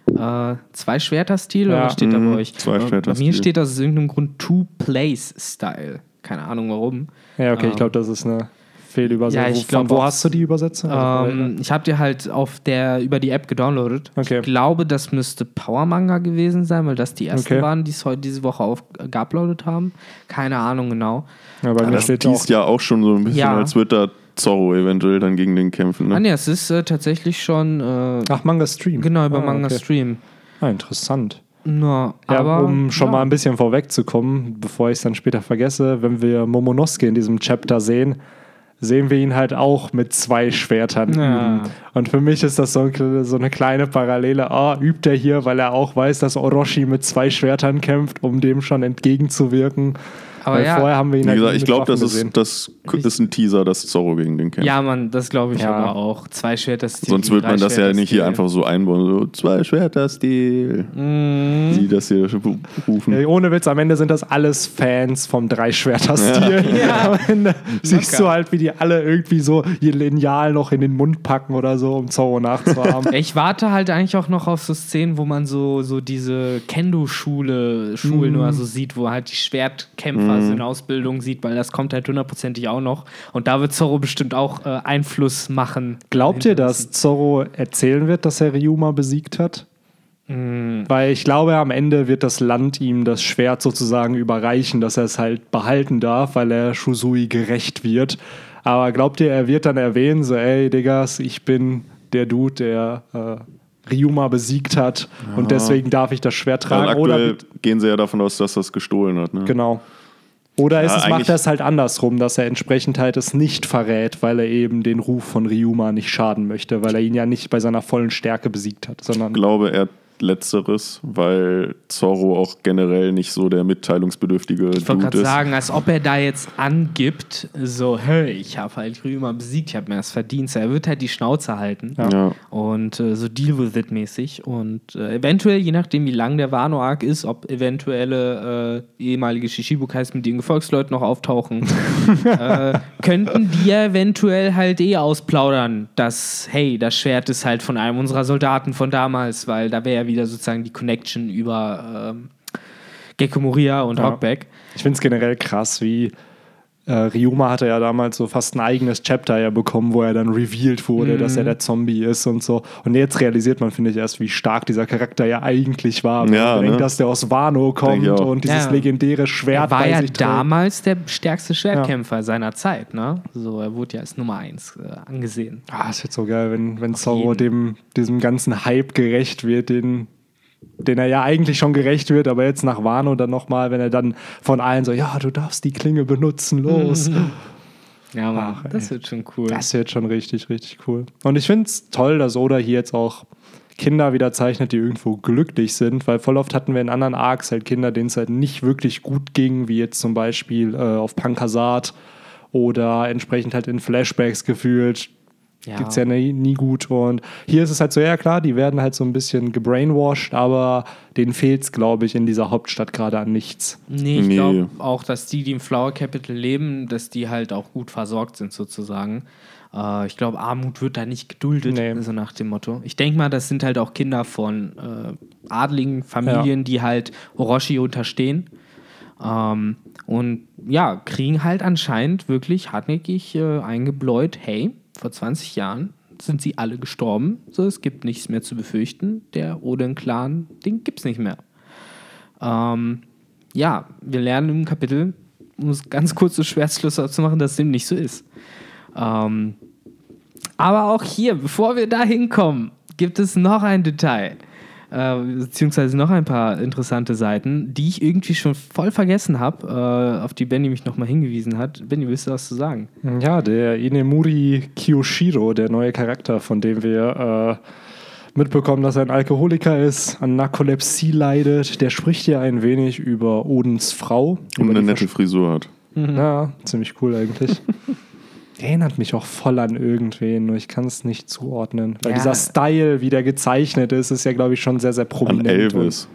S2: 2-Schwerter-Stil oder was steht da bei euch?
S3: 2-Schwerter-Stil.
S2: Bei mir steht das aus irgendeinem Grund Two-Place-Style. Keine Ahnung warum.
S1: Ja, okay, ich glaube, das ist eine Fehlübersetzung. Wo hast du die Übersetzung?
S2: Ich habe die halt über die App gedownloadet.
S1: Okay.
S2: Ich glaube, das müsste Power Manga gewesen sein, weil das die ersten waren, die es heute diese Woche geuploadet haben. Keine Ahnung genau.
S1: Ja, bei mir
S3: das teast ja auch schon so ein bisschen, als wird da Zorro eventuell dann gegen den kämpfen. Ne?
S2: Es ist tatsächlich schon...
S1: Manga Stream.
S2: Genau, über Manga Stream.
S1: Interessant.
S2: No, aber,
S1: um schon mal ein bisschen vorwegzukommen, bevor ich es dann später vergesse, wenn wir Momonosuke in diesem Chapter sehen wir ihn halt auch mit 2 Schwertern üben. Und für mich ist das so eine kleine Parallele. Übt er hier, weil er auch weiß, dass Orochi mit 2 Schwertern kämpft, um dem schon entgegenzuwirken.
S2: Aber
S1: vorher haben wir ihn
S3: wie gesagt, ich glaube, das ist ein Teaser, dass Zorro gegen den kämpft.
S2: Ja, Mann, das glaube ich aber auch. 2 Schwerter-Stil.
S3: Sonst wird man das ja nicht hier einfach so einbauen. So 2 Schwerter-Stil. Die das hier rufen.
S1: Ja, ohne Witz, am Ende sind das alles Fans vom 3-Schwerter-Stil. Am Ende siehst du halt, wie die alle irgendwie so ihr Lineal noch in den Mund packen oder so, um Zorro nachzuahmen.
S2: Ich warte halt eigentlich auch noch auf so Szenen, wo man so diese Kendo-Schulen oder so sieht, wo halt die Schwertkämpfer in Ausbildung sieht, weil das kommt halt 100%ig auch noch. Und da wird Zorro bestimmt auch Einfluss machen.
S1: Glaubt ihr, dass Zorro erzählen wird, dass er Ryuma besiegt hat? Weil ich glaube, am Ende wird das Land ihm das Schwert sozusagen überreichen, dass er es halt behalten darf, weil er Shusui gerecht wird. Aber glaubt ihr, er wird dann erwähnen, so, ey, Diggas, ich bin der Dude, der Ryuma besiegt hat und deswegen darf ich das Schwert tragen.
S3: Also aktuell gehen sie ja davon aus, dass das gestohlen hat. Ne?
S1: Genau. Oder macht er es halt andersrum, dass er entsprechend halt es nicht verrät, weil er eben den Ruf von Ryuma nicht schaden möchte, weil er ihn ja nicht bei seiner vollen Stärke besiegt hat, sondern...
S3: Ich glaube, er Letzteres, weil Zorro auch generell nicht so der mitteilungsbedürftige Dude ist.
S2: Ich wollte gerade sagen, als ob er da jetzt angibt, so, hey, ich habe halt Ryuma besiegt, ich habe mir das verdient. So, er wird halt die Schnauze halten und so deal with it mäßig und eventuell, je nachdem wie lang der Wano-Arc ist, ob eventuelle ehemalige Shishibukais mit den Gefolgsleuten noch auftauchen, könnten die ja eventuell halt ausplaudern, dass, hey, das Schwert ist halt von einem unserer Soldaten von damals, weil da wäre ja wieder sozusagen die Connection über Gekko Moria und Hawkback.
S1: Ich finde es generell krass, wie Ryuma hatte ja damals so fast ein eigenes Chapter ja bekommen, wo er dann revealed wurde, dass er der Zombie ist und so. Und jetzt realisiert man, finde ich, erst, wie stark dieser Charakter ja eigentlich war. Man denkt, dass der aus Wano kommt und dieses legendäre Schwert
S2: bei sich
S1: war ja
S2: damals der stärkste Schwertkämpfer seiner Zeit, ne? So, er wurde ja als Nummer 1 angesehen.
S1: Es wird so geil, wenn Zorro diesem ganzen Hype gerecht wird, den er ja eigentlich schon gerecht wird, aber jetzt nach Wano dann nochmal, wenn er dann von allen so, ja, du darfst die Klinge benutzen, los.
S2: Ja, Mann, das wird schon cool.
S1: Das wird schon richtig, richtig cool. Und ich finde es toll, dass Oda hier jetzt auch Kinder wieder zeichnet, die irgendwo glücklich sind, weil voll oft hatten wir in anderen Arcs halt Kinder, denen es halt nicht wirklich gut ging, wie jetzt zum Beispiel auf Pankasat oder entsprechend halt in Flashbacks gefühlt. Gibt es ja nie gut. Und hier ist es halt so, ja klar, die werden halt so ein bisschen gebrainwashed, aber denen fehlt es, glaube ich, in dieser Hauptstadt gerade an nichts.
S2: Nee, ich glaube auch, dass die im Flower Capital leben, dass die halt auch gut versorgt sind sozusagen. Ich glaube, Armut wird da nicht geduldet, so nach dem Motto. Ich denke mal, das sind halt auch Kinder von adligen Familien, die halt Orochi unterstehen. Und ja, kriegen halt anscheinend wirklich hartnäckig eingebläut, hey, vor 20 Jahren sind sie alle gestorben. So, es gibt nichts mehr zu befürchten. Der Oden-Clan, den gibt's nicht mehr. Wir lernen im Kapitel, um es ganz kurz so Schwertschluss zu machen, dass dem nicht so ist. Aber auch hier, bevor wir da hinkommen, gibt es noch ein Detail. Beziehungsweise noch ein paar interessante Seiten, die ich irgendwie schon voll vergessen habe, auf die Benny mich nochmal hingewiesen hat. Benny, willst du was zu sagen?
S1: Ja, der Inemuri Kiyoshiro, der neue Charakter, von dem wir mitbekommen, dass er ein Alkoholiker ist, an Narkolepsie leidet, der spricht ja ein wenig über Odens Frau.
S3: Und eine nette Frisur hat.
S1: Ja, ziemlich cool eigentlich. Erinnert mich auch voll an irgendwen, nur ich kann es nicht zuordnen. Weil dieser Style, wie der gezeichnet ist, ist ja, glaube ich, schon sehr, sehr prominent.
S3: An Elvis.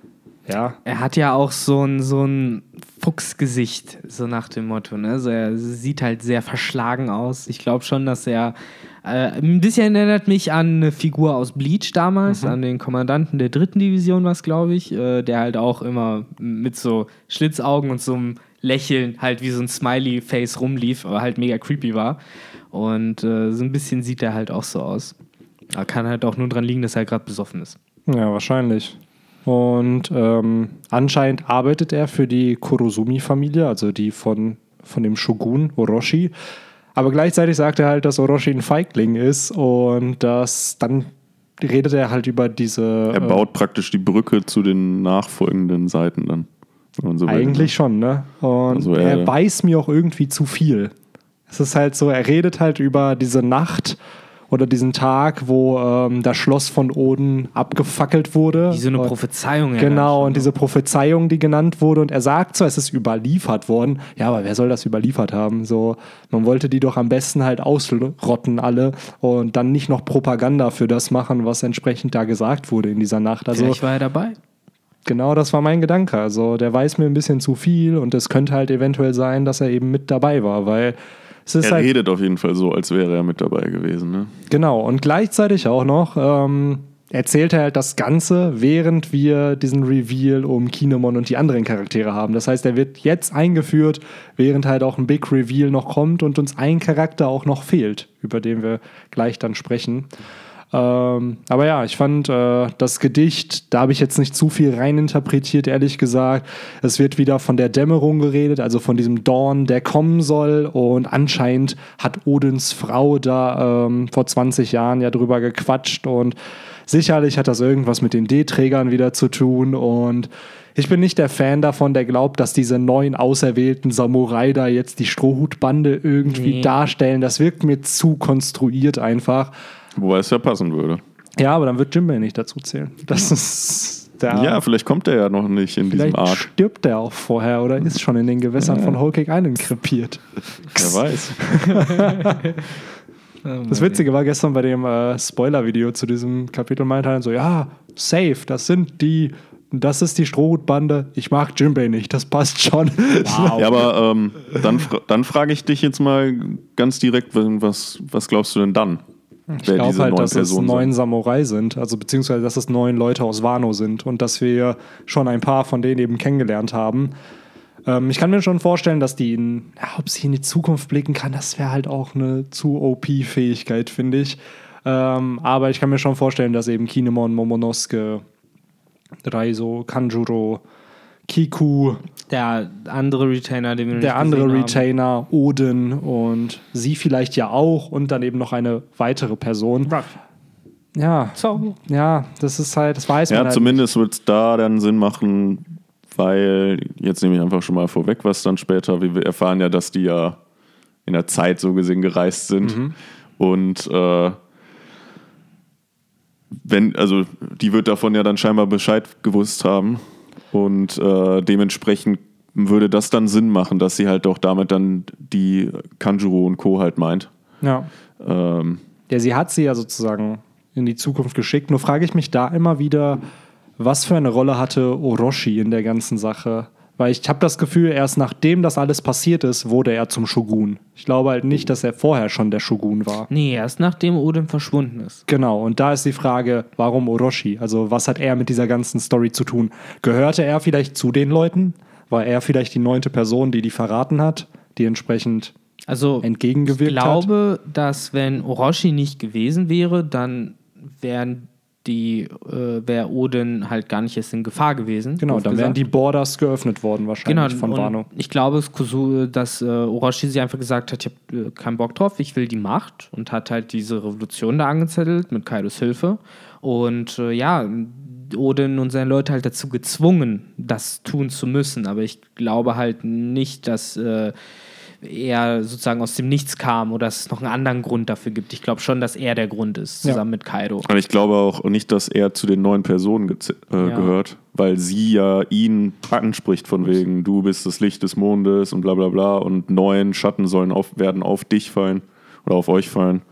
S2: Er hat ja auch so ein Fuchsgesicht, so nach dem Motto. Ne? Also er sieht halt sehr verschlagen aus. Ich glaube schon, dass er ein bisschen erinnert mich an eine Figur aus Bleach damals, an den Kommandanten der 3. Division, was glaube ich, der halt auch immer mit so Schlitzaugen und so einem Lächeln halt wie so ein Smiley-Face rumlief, aber halt mega creepy war. Und so ein bisschen sieht er halt auch so aus. Aber kann halt auch nur dran liegen, dass er gerade besoffen ist.
S1: Ja, wahrscheinlich. Und anscheinend arbeitet er für die Kurosumi-Familie, also die von dem Shogun Orochi. Aber gleichzeitig sagt er halt, dass Orochi ein Feigling ist und dann redet er halt über diese...
S3: Er baut praktisch die Brücke zu den nachfolgenden Seiten dann. So
S1: eigentlich schon, ne? Und also er weiß mir auch irgendwie zu viel. Es ist halt so, er redet halt über diese Nacht oder diesen Tag, wo das Schloss von Oden abgefackelt wurde.
S2: Wie so eine Prophezeiung.
S1: Genau, und diese Prophezeiung, die genannt wurde. Und er sagt zwar, es ist überliefert worden. Ja, aber wer soll das überliefert haben? So, man wollte die doch am besten halt ausrotten alle und dann nicht noch Propaganda für das machen, was entsprechend da gesagt wurde in dieser Nacht. Also,
S2: vielleicht war er dabei.
S1: Genau, das war mein Gedanke. Also der weiß mir ein bisschen zu viel und es könnte halt eventuell sein, dass er eben mit dabei war, weil es ist
S3: er redet auf jeden Fall so, als wäre er mit dabei gewesen. Ne?
S1: Genau, und gleichzeitig auch noch erzählt er halt das Ganze, während wir diesen Reveal um Kinemon und die anderen Charaktere haben. Das heißt, er wird jetzt eingeführt, während halt auch ein Big Reveal noch kommt und uns ein Charakter auch noch fehlt, über den wir gleich dann sprechen. Aber ja, ich fand das Gedicht, da habe ich jetzt nicht zu viel reininterpretiert, ehrlich gesagt. Es wird wieder von der Dämmerung geredet, also von diesem Dawn, der kommen soll. Und anscheinend hat Odins Frau da vor 20 Jahren ja drüber gequatscht. Und Sicherlich hat das irgendwas mit den D-Trägern wieder zu tun und ich bin nicht der Fan davon, der glaubt, dass diese neuen auserwählten Samurai da jetzt die Strohhutbande irgendwie darstellen. Das wirkt mir zu konstruiert einfach.
S3: Wobei es ja passen würde.
S1: Ja, aber dann wird Jinbei nicht dazu zählen. Das ist
S3: ja, vielleicht kommt er ja noch nicht in diesem Arc.
S1: Vielleicht stirbt er auch vorher oder ist schon in den Gewässern von Whole Cake Island krepiert.
S3: Wer weiß.
S1: Das Witzige war gestern bei dem Spoiler-Video zu diesem Kapitel, meinte er so, ja, safe, das ist die Strohhutbande. Ich mag Jinbei nicht, das passt schon.
S3: Wow. Ja, aber dann frage ich dich jetzt mal ganz direkt, was glaubst du denn dann?
S1: Ich glaube halt, dass es 9 Samurai sind, also beziehungsweise, dass es 9 Leute aus Wano sind und dass wir schon ein paar von denen eben kennengelernt haben. Ich kann mir schon vorstellen, dass ob sie in die Zukunft blicken kann, das wäre halt auch eine zu OP-Fähigkeit, finde ich. Aber ich kann mir schon vorstellen, dass eben Kinemon, Momonosuke, Raizo, Kanjuro, Kiku,
S2: der andere Retainer, den wir
S1: der andere Retainer, Oden und sie vielleicht ja auch und dann eben noch eine weitere Person.
S2: Ruffy.
S1: Ja, ja, das ist halt, das weiß man halt.
S3: Ja, zumindest wird es da dann Sinn machen, weil, jetzt nehme ich einfach schon mal vorweg, was dann später, wir erfahren ja, dass die ja in der Zeit so gesehen gereist sind und die wird davon ja dann scheinbar Bescheid gewusst haben. Und dementsprechend würde das dann Sinn machen, dass sie halt auch damit dann die Kanjuro und Co. halt meint.
S1: Ja. Ja, sie hat sie ja sozusagen in die Zukunft geschickt. Nur frage ich mich da immer wieder, was für eine Rolle hatte Orochi in der ganzen Sache? Weil ich habe das Gefühl, erst nachdem das alles passiert ist, wurde er zum Shogun. Ich glaube halt nicht, dass er vorher schon der Shogun war.
S2: Nee, erst nachdem Oden verschwunden ist.
S1: Genau, und da ist die Frage, warum Orochi? Also was hat er mit dieser ganzen Story zu tun? Gehörte er vielleicht zu den Leuten? War er vielleicht die 9. Person, die verraten hat, die entsprechend entgegengewirkt hat?
S2: Ich glaube, dass wenn Orochi nicht gewesen wäre, dann wäre Oden halt gar nicht erst in Gefahr gewesen.
S1: Genau, dann wären die Borders geöffnet worden wahrscheinlich von Wano.
S2: Ich glaube, dass Orochi sie einfach gesagt hat, ich habe keinen Bock drauf, ich will die Macht und hat halt diese Revolution da angezettelt mit Kaidos Hilfe. Und Oden und seine Leute halt dazu gezwungen, das tun zu müssen. Aber ich glaube halt nicht, dass er sozusagen aus dem Nichts kam oder dass es noch einen anderen Grund dafür gibt. Ich glaube schon, dass er der Grund ist, zusammen mit Kaido.
S3: Und ich glaube auch nicht, dass er zu den 9 Personen gehört, weil sie ja ihn anspricht von wegen, du bist das Licht des Mondes und bla bla bla und 9 Schatten werden auf dich fallen oder auf euch fallen.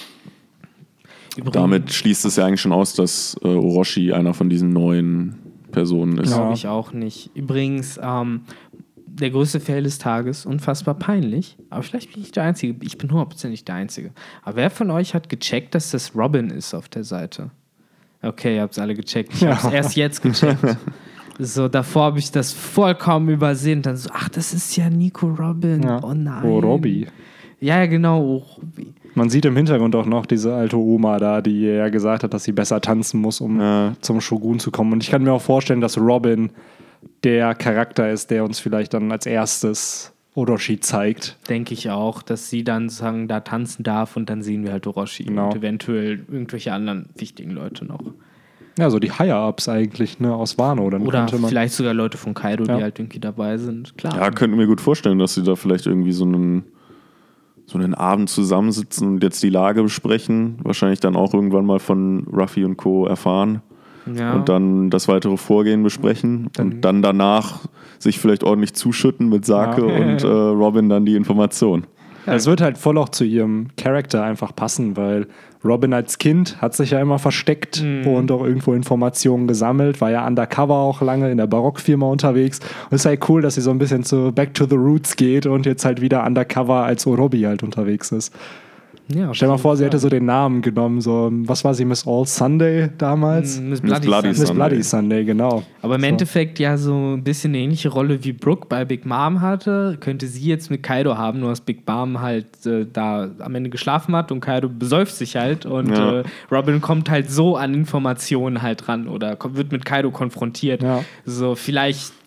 S3: Damit schließt es ja eigentlich schon aus, dass Orochi einer von diesen 9 Personen ist.
S2: Glaube ich auch nicht. Übrigens, der größte Fail des Tages, unfassbar peinlich, aber vielleicht bin ich der Einzige, ich bin 100% der Einzige. Aber wer von euch hat gecheckt, dass das Robin ist auf der Seite? Okay, ihr habt es alle gecheckt. Ich habe es erst jetzt gecheckt. So, davor habe ich das vollkommen übersehen. Dann so, ach, das ist ja Nico Robin. Ja. Oh nein.
S1: Orobi.
S2: Ja, genau, Orobi.
S1: Man sieht im Hintergrund auch noch diese alte Oma da, die ja gesagt hat, dass sie besser tanzen muss, um zum Shogun zu kommen. Und ich kann mir auch vorstellen, dass Robin der Charakter ist, der uns vielleicht dann als erstes Orochi zeigt.
S2: Denke ich auch, dass sie dann sagen, da tanzen darf und dann sehen wir halt Orochi und eventuell irgendwelche anderen wichtigen Leute noch.
S1: Ja, so die Higher-Ups eigentlich, ne, aus Wano. Dann
S2: oder vielleicht sogar Leute von Kaido, die halt irgendwie dabei sind. Klar.
S3: Ja, könnte mir gut vorstellen, dass sie da vielleicht irgendwie so einen Abend zusammensitzen und jetzt die Lage besprechen. Wahrscheinlich dann auch irgendwann mal von Ruffy und Co. erfahren. Ja. Und dann das weitere Vorgehen besprechen und dann danach sich vielleicht ordentlich zuschütten mit Sake und Robin dann die Information.
S1: Es wird halt voll auch zu ihrem Charakter einfach passen, weil Robin als Kind hat sich ja immer versteckt und auch irgendwo Informationen gesammelt, war ja undercover auch lange in der Barockfirma unterwegs. Und es ist halt cool, dass sie so ein bisschen zu Back to the Roots geht und jetzt halt wieder undercover als Orobi halt unterwegs ist. Ja, stell dir mal vor, sie hätte so den Namen genommen, so, was war sie, Miss All Sunday damals?
S2: Miss Bloody
S1: Sunday, genau.
S2: Aber im Endeffekt ja so ein bisschen eine ähnliche Rolle wie Brooke bei Big Mom hatte, könnte sie jetzt mit Kaido haben, nur dass Big Mom halt da am Ende geschlafen hat und Kaido besäuft sich halt und Robin kommt halt so an Informationen halt ran oder wird mit Kaido konfrontiert. Ja. So, vielleicht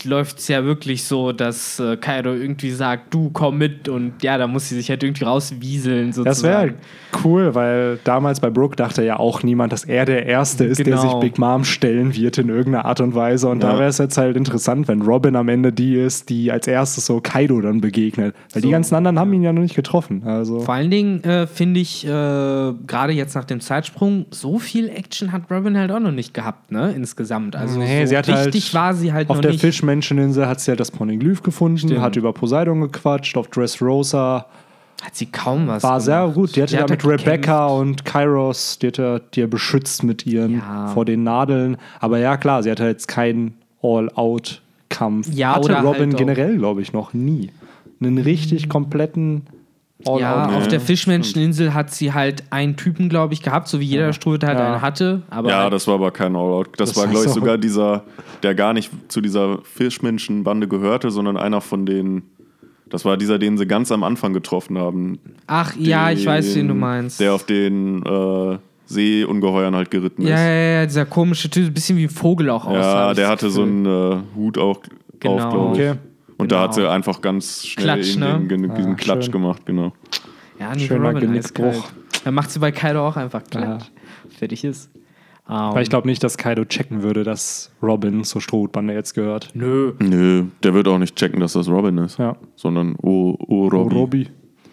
S2: läuft es ja wirklich so, dass Kaido irgendwie sagt, du komm mit und ja, da muss sie sich halt irgendwie rauswieseln sozusagen.
S1: Das wäre halt cool, weil damals bei Brook dachte ja auch niemand, dass er der Erste ist, der sich Big Mom stellen wird in irgendeiner Art und Weise. Und da wäre es jetzt halt interessant, wenn Robin am Ende die ist, die als erstes so Kaido dann begegnet. Weil die ganzen anderen haben ihn ja noch nicht getroffen. Also.
S2: Vor allen Dingen finde ich, gerade jetzt nach dem Zeitsprung, so viel Action hat Robin halt auch noch nicht gehabt, ne, insgesamt. Also
S1: nee,
S2: so
S1: sie hat
S2: richtig
S1: halt
S2: war sie halt
S1: auf
S2: noch
S1: der
S2: nicht.
S1: Fischmenscheninsel hat sie ja das Poneglyph gefunden, hat über Poseidon gequatscht, auf Dressrosa
S2: Hat sie kaum was
S1: war
S2: gemacht.
S1: sehr gut. Die hatte ja mit Rebecca
S2: gekämpft.
S1: und Kairos, die hat beschützt mit ihren vor den Nadeln. Aber ja, klar, sie hatte jetzt keinen All-Out-Kampf.
S2: Ja,
S1: hatte
S2: oder
S1: Robin
S2: halt auch
S1: generell, glaube ich, noch nie. Einen richtig kompletten All-Out.
S2: Ja, auf der Fischmenscheninsel hat sie halt einen Typen, glaube ich, gehabt, so wie jeder Strohhüter halt einen hatte. Aber
S3: Ja,
S2: halt,
S3: das war aber kein All-Out. Das war, glaube ich, sogar dieser, der gar nicht zu dieser Fischmenschenbande gehörte, sondern einer von denen, das war dieser, den sie ganz am Anfang getroffen haben.
S2: ach ja, ich weiß, wen du meinst.
S3: Der auf den Seeungeheuern halt geritten ist.
S2: Ja, dieser komische Typ, ein bisschen wie ein Vogel auch aussah.
S3: Ja,
S2: hab ich
S3: der
S2: das
S3: hatte so
S2: Gefühl.
S3: einen Hut auch
S2: Genau.
S3: auf, glaube ich.
S1: Okay.
S3: Und da hat sie einfach ganz schnell
S2: Klatsch,
S3: diesen Klatsch
S1: schön.
S3: gemacht, genau.
S2: Ja, Nico
S1: Schöner
S2: Robin,
S1: Genickbruch.
S2: eiskalt. Dann macht sie bei Kaido auch einfach Klatsch. Fertig ist.
S1: Weil ich glaube nicht, dass Kaido checken würde, dass Robin zur Strohhutbande jetzt gehört.
S2: Nö.
S3: Nö, der wird auch nicht checken, dass das Robin ist.
S1: Ja.
S3: Sondern Robbie.
S1: Robbie.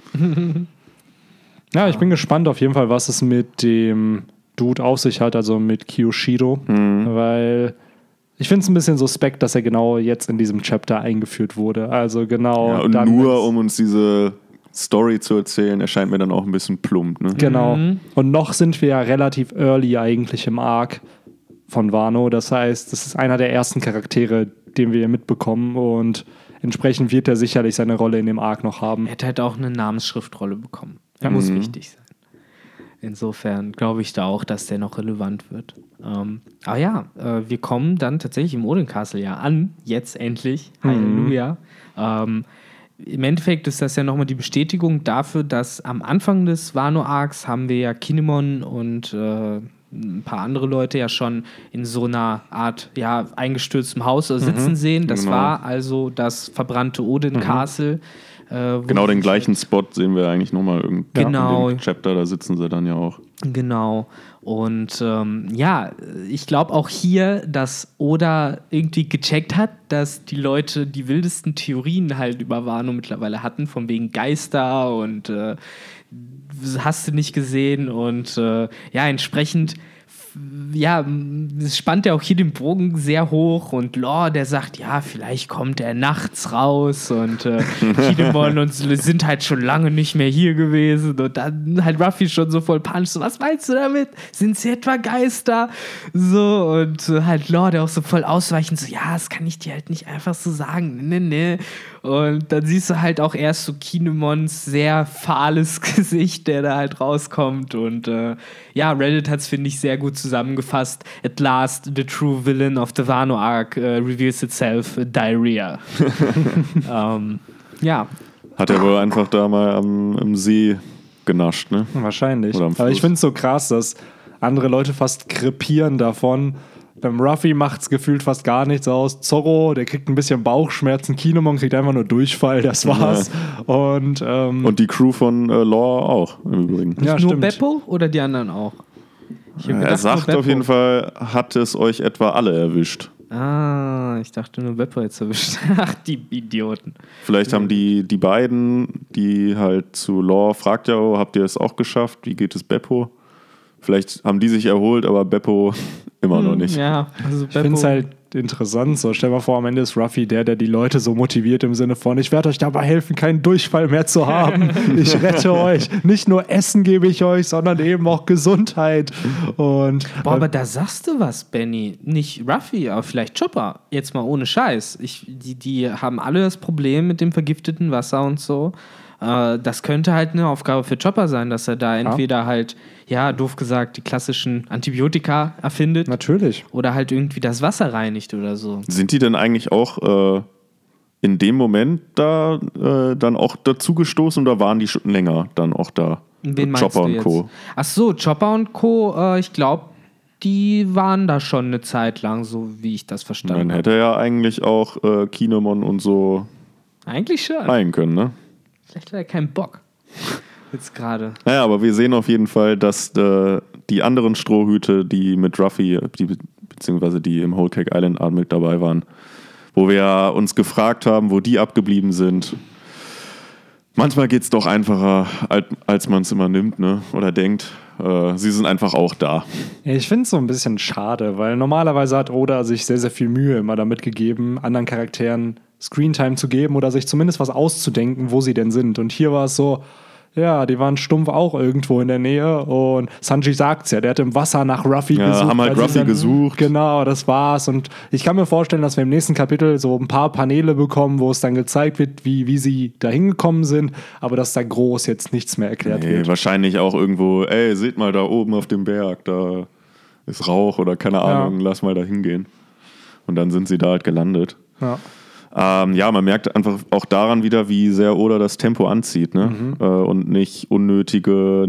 S1: Ja, ich bin gespannt auf jeden Fall, was es mit dem Dude auf sich hat, also mit Kyoshiro. Weil ich finde es ein bisschen suspekt, dass er genau jetzt in diesem Chapter eingeführt wurde. Also genau.
S3: Ja, und
S1: dann,
S3: nur um uns diese Story zu erzählen, erscheint mir dann auch ein bisschen plump. Ne?
S1: Genau. Und noch sind wir ja relativ early eigentlich im Arc von Wano. Das heißt, das ist einer der ersten Charaktere, den wir hier mitbekommen. Und entsprechend wird er sicherlich seine Rolle in dem Arc noch haben.
S2: Er hätte halt auch eine Namensschriftrolle bekommen. Er muss wichtig sein. Insofern glaube ich da auch, dass der noch relevant wird. Aber ja, wir kommen dann tatsächlich im Odin Castle ja an. Jetzt endlich. Halleluja. Im Endeffekt ist das ja nochmal die Bestätigung dafür, dass am Anfang des Wano-Arcs haben wir ja Kinemon und ein paar andere Leute ja schon in so einer Art eingestürztem Haus sitzen sehen. Das war also das verbrannte Odin Castle.
S3: Genau den gleichen Spot sehen wir eigentlich nochmal in dem Chapter, da sitzen sie dann ja auch.
S2: Genau. Und ich glaube auch hier, dass Oda irgendwie gecheckt hat, dass die Leute die wildesten Theorien halt über Wano mittlerweile hatten, von wegen Geister und hast du nicht gesehen und entsprechend es spannt ja auch hier den Bogen sehr hoch und Law, der sagt, ja, vielleicht kommt er nachts raus und Kinemon und sind halt schon lange nicht mehr hier gewesen und dann halt Ruffy schon so voll Punch, so, was meinst du damit? Sind sie etwa Geister? So, und halt Law, der auch so voll ausweichend, so, ja, das kann ich dir halt nicht einfach so sagen, nee. Und dann siehst du halt auch erst so Kinemons sehr fahles Gesicht, der da halt rauskommt und Reddit hat es, finde ich, sehr gut zusammengefasst. At last, the true villain of the Wano Arc reveals itself, Diarrhea.
S3: Hat er wohl einfach da mal im See genascht, ne?
S1: Wahrscheinlich.
S3: Oder am
S1: Aber ich
S3: Fluss.
S1: finde es so krass, dass andere Leute fast krepieren davon. Beim Ruffy macht es gefühlt fast gar nichts aus. Zorro, der kriegt ein bisschen Bauchschmerzen. Kinemon kriegt einfach nur Durchfall, das war's. Ja. Und
S3: die Crew von Law auch, im Übrigen.
S2: Nicht nur Beppo oder die anderen auch?
S3: Er sagt auf jeden Fall, hat es euch etwa alle erwischt.
S2: Ah, ich dachte nur Beppo jetzt erwischt. Ach, die Idioten.
S3: Vielleicht haben die beiden, die halt zu Law fragt ja, oh, habt ihr es auch geschafft? Wie geht es Beppo? Vielleicht haben die sich erholt, aber Beppo immer noch nicht.
S2: Ja, also
S1: ich finde es halt interessant. So, stell dir mal vor, am Ende ist Ruffy der die Leute so motiviert im Sinne von, ich werde euch dabei helfen, keinen Durchfall mehr zu haben. Ich rette euch. Nicht nur Essen gebe ich euch, sondern eben auch Gesundheit. Und,
S2: aber da sagst du was, Benny. Nicht Ruffy, aber vielleicht Chopper. Jetzt mal ohne Scheiß. Die haben alle das Problem mit dem vergifteten Wasser und so. Das könnte halt eine Aufgabe für Chopper sein, dass er da entweder halt, doof gesagt, die klassischen Antibiotika erfindet.
S1: Natürlich.
S2: Oder halt irgendwie das Wasser reinigt oder so.
S3: Sind die denn eigentlich auch in dem Moment da dann auch dazugestoßen oder waren die schon länger dann auch da?
S2: Wen
S3: Chopper
S2: meinst du
S3: und Co.
S2: Jetzt? Ach so, Chopper und Co., ich glaube, die waren da schon eine Zeit lang, so wie ich das verstanden habe.
S3: Dann hätte er ja eigentlich auch Kinemon und so
S2: Eigentlich schon.
S3: heilen können, ne?
S2: Vielleicht hat er keinen Bock. Jetzt gerade.
S3: Naja, aber wir sehen auf jeden Fall, dass die anderen Strohhüte, die mit Ruffy, beziehungsweise die im Whole Cake Island Arc mit dabei waren, wo wir uns gefragt haben, wo die abgeblieben sind. Manchmal geht es doch einfacher, als man es immer nimmt, ne? Oder denkt. Sie sind einfach auch da.
S1: Ja, ich finde es so ein bisschen schade, weil normalerweise hat Oda sich sehr, sehr viel Mühe immer damit gegeben, anderen Charakteren Screentime zu geben oder sich zumindest was auszudenken, wo sie denn sind. Und hier war es so, ja, die waren stumpf auch irgendwo in der Nähe und Sanji sagt's ja, der hat im Wasser nach Ruffy gesucht.
S3: Ja, haben halt Ruffy gesucht.
S1: Genau, das war's. Und ich kann mir vorstellen, dass wir im nächsten Kapitel so ein paar Paneele bekommen, wo es dann gezeigt wird, wie sie da hingekommen sind, aber dass da groß jetzt nichts mehr erklärt wird.
S3: Wahrscheinlich auch irgendwo, seht mal da oben auf dem Berg, da ist Rauch oder keine Ahnung, lass mal da hingehen. Und dann sind sie da halt gelandet.
S1: Ja.
S3: Man merkt einfach auch daran wieder, wie sehr Oda das Tempo anzieht, ne? Und nicht unnötige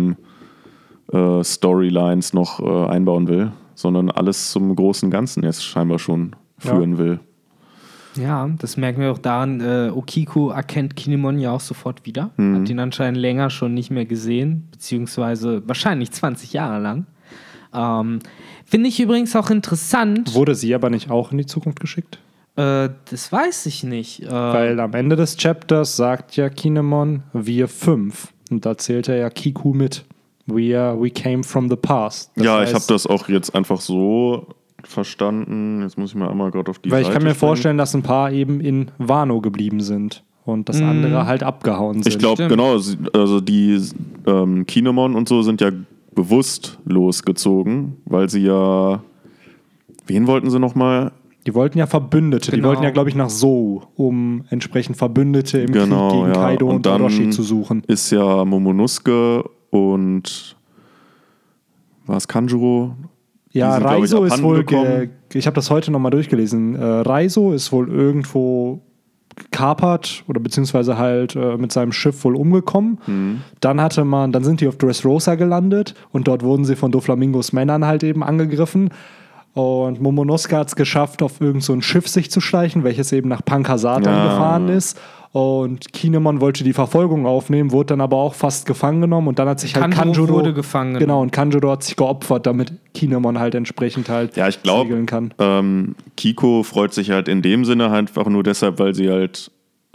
S3: Storylines noch einbauen will, sondern alles zum großen Ganzen jetzt scheinbar schon führen will.
S2: Ja, das merken wir auch daran, Okiko erkennt Kinemon ja auch sofort wieder. Hat ihn anscheinend länger schon nicht mehr gesehen, beziehungsweise wahrscheinlich 20 Jahre lang. Finde ich übrigens auch interessant.
S1: Wurde sie aber nicht auch in die Zukunft geschickt?
S2: Das weiß ich nicht.
S1: Weil am Ende des Chapters sagt ja Kinemon, wir 5. Und da zählt er ja Kiku mit. We came from the past. Das heißt,
S3: ich habe das auch jetzt einfach so verstanden. Jetzt muss ich mal einmal gerade auf die
S1: Weil
S3: Seite
S1: ich kann mir
S3: springen.
S1: vorstellen, dass ein paar eben in Wano geblieben sind. Und das andere halt abgehauen sind.
S3: Ich glaube, genau. Also die Kinemon und so sind ja bewusst losgezogen, weil sie ja... Wen wollten sie nochmal...
S1: Die wollten ja Verbündete.
S2: Genau.
S1: Die wollten ja, glaube ich, nach Zou, um entsprechend Verbündete im Krieg gegen Kaido und Orochi zu suchen.
S3: Ist ja Momonosuke und war es Kanjuro?
S1: Ja,
S3: sind,
S1: Raizo ist wohl,
S3: gekommen.
S1: ich habe das heute nochmal durchgelesen, Raizo ist wohl irgendwo gekapert oder beziehungsweise halt mit seinem Schiff wohl umgekommen. Dann sind die auf Dressrosa gelandet und dort wurden sie von Doflamingos Männern halt eben angegriffen. Und Momonosuke hat es geschafft, auf irgend so ein Schiff sich zu schleichen, welches eben nach Pankasatan gefahren ist. Und Kinemon wollte die Verfolgung aufnehmen, wurde dann aber auch fast gefangen genommen. Und dann hat sich halt Kanjuro
S2: wurde gefangen.
S1: Genau, und Kanjuro hat sich geopfert, damit Kinemon halt entsprechend halt
S3: ich glaube,
S1: segeln kann.
S3: Kiko freut sich halt in dem Sinne halt einfach nur deshalb, weil sie halt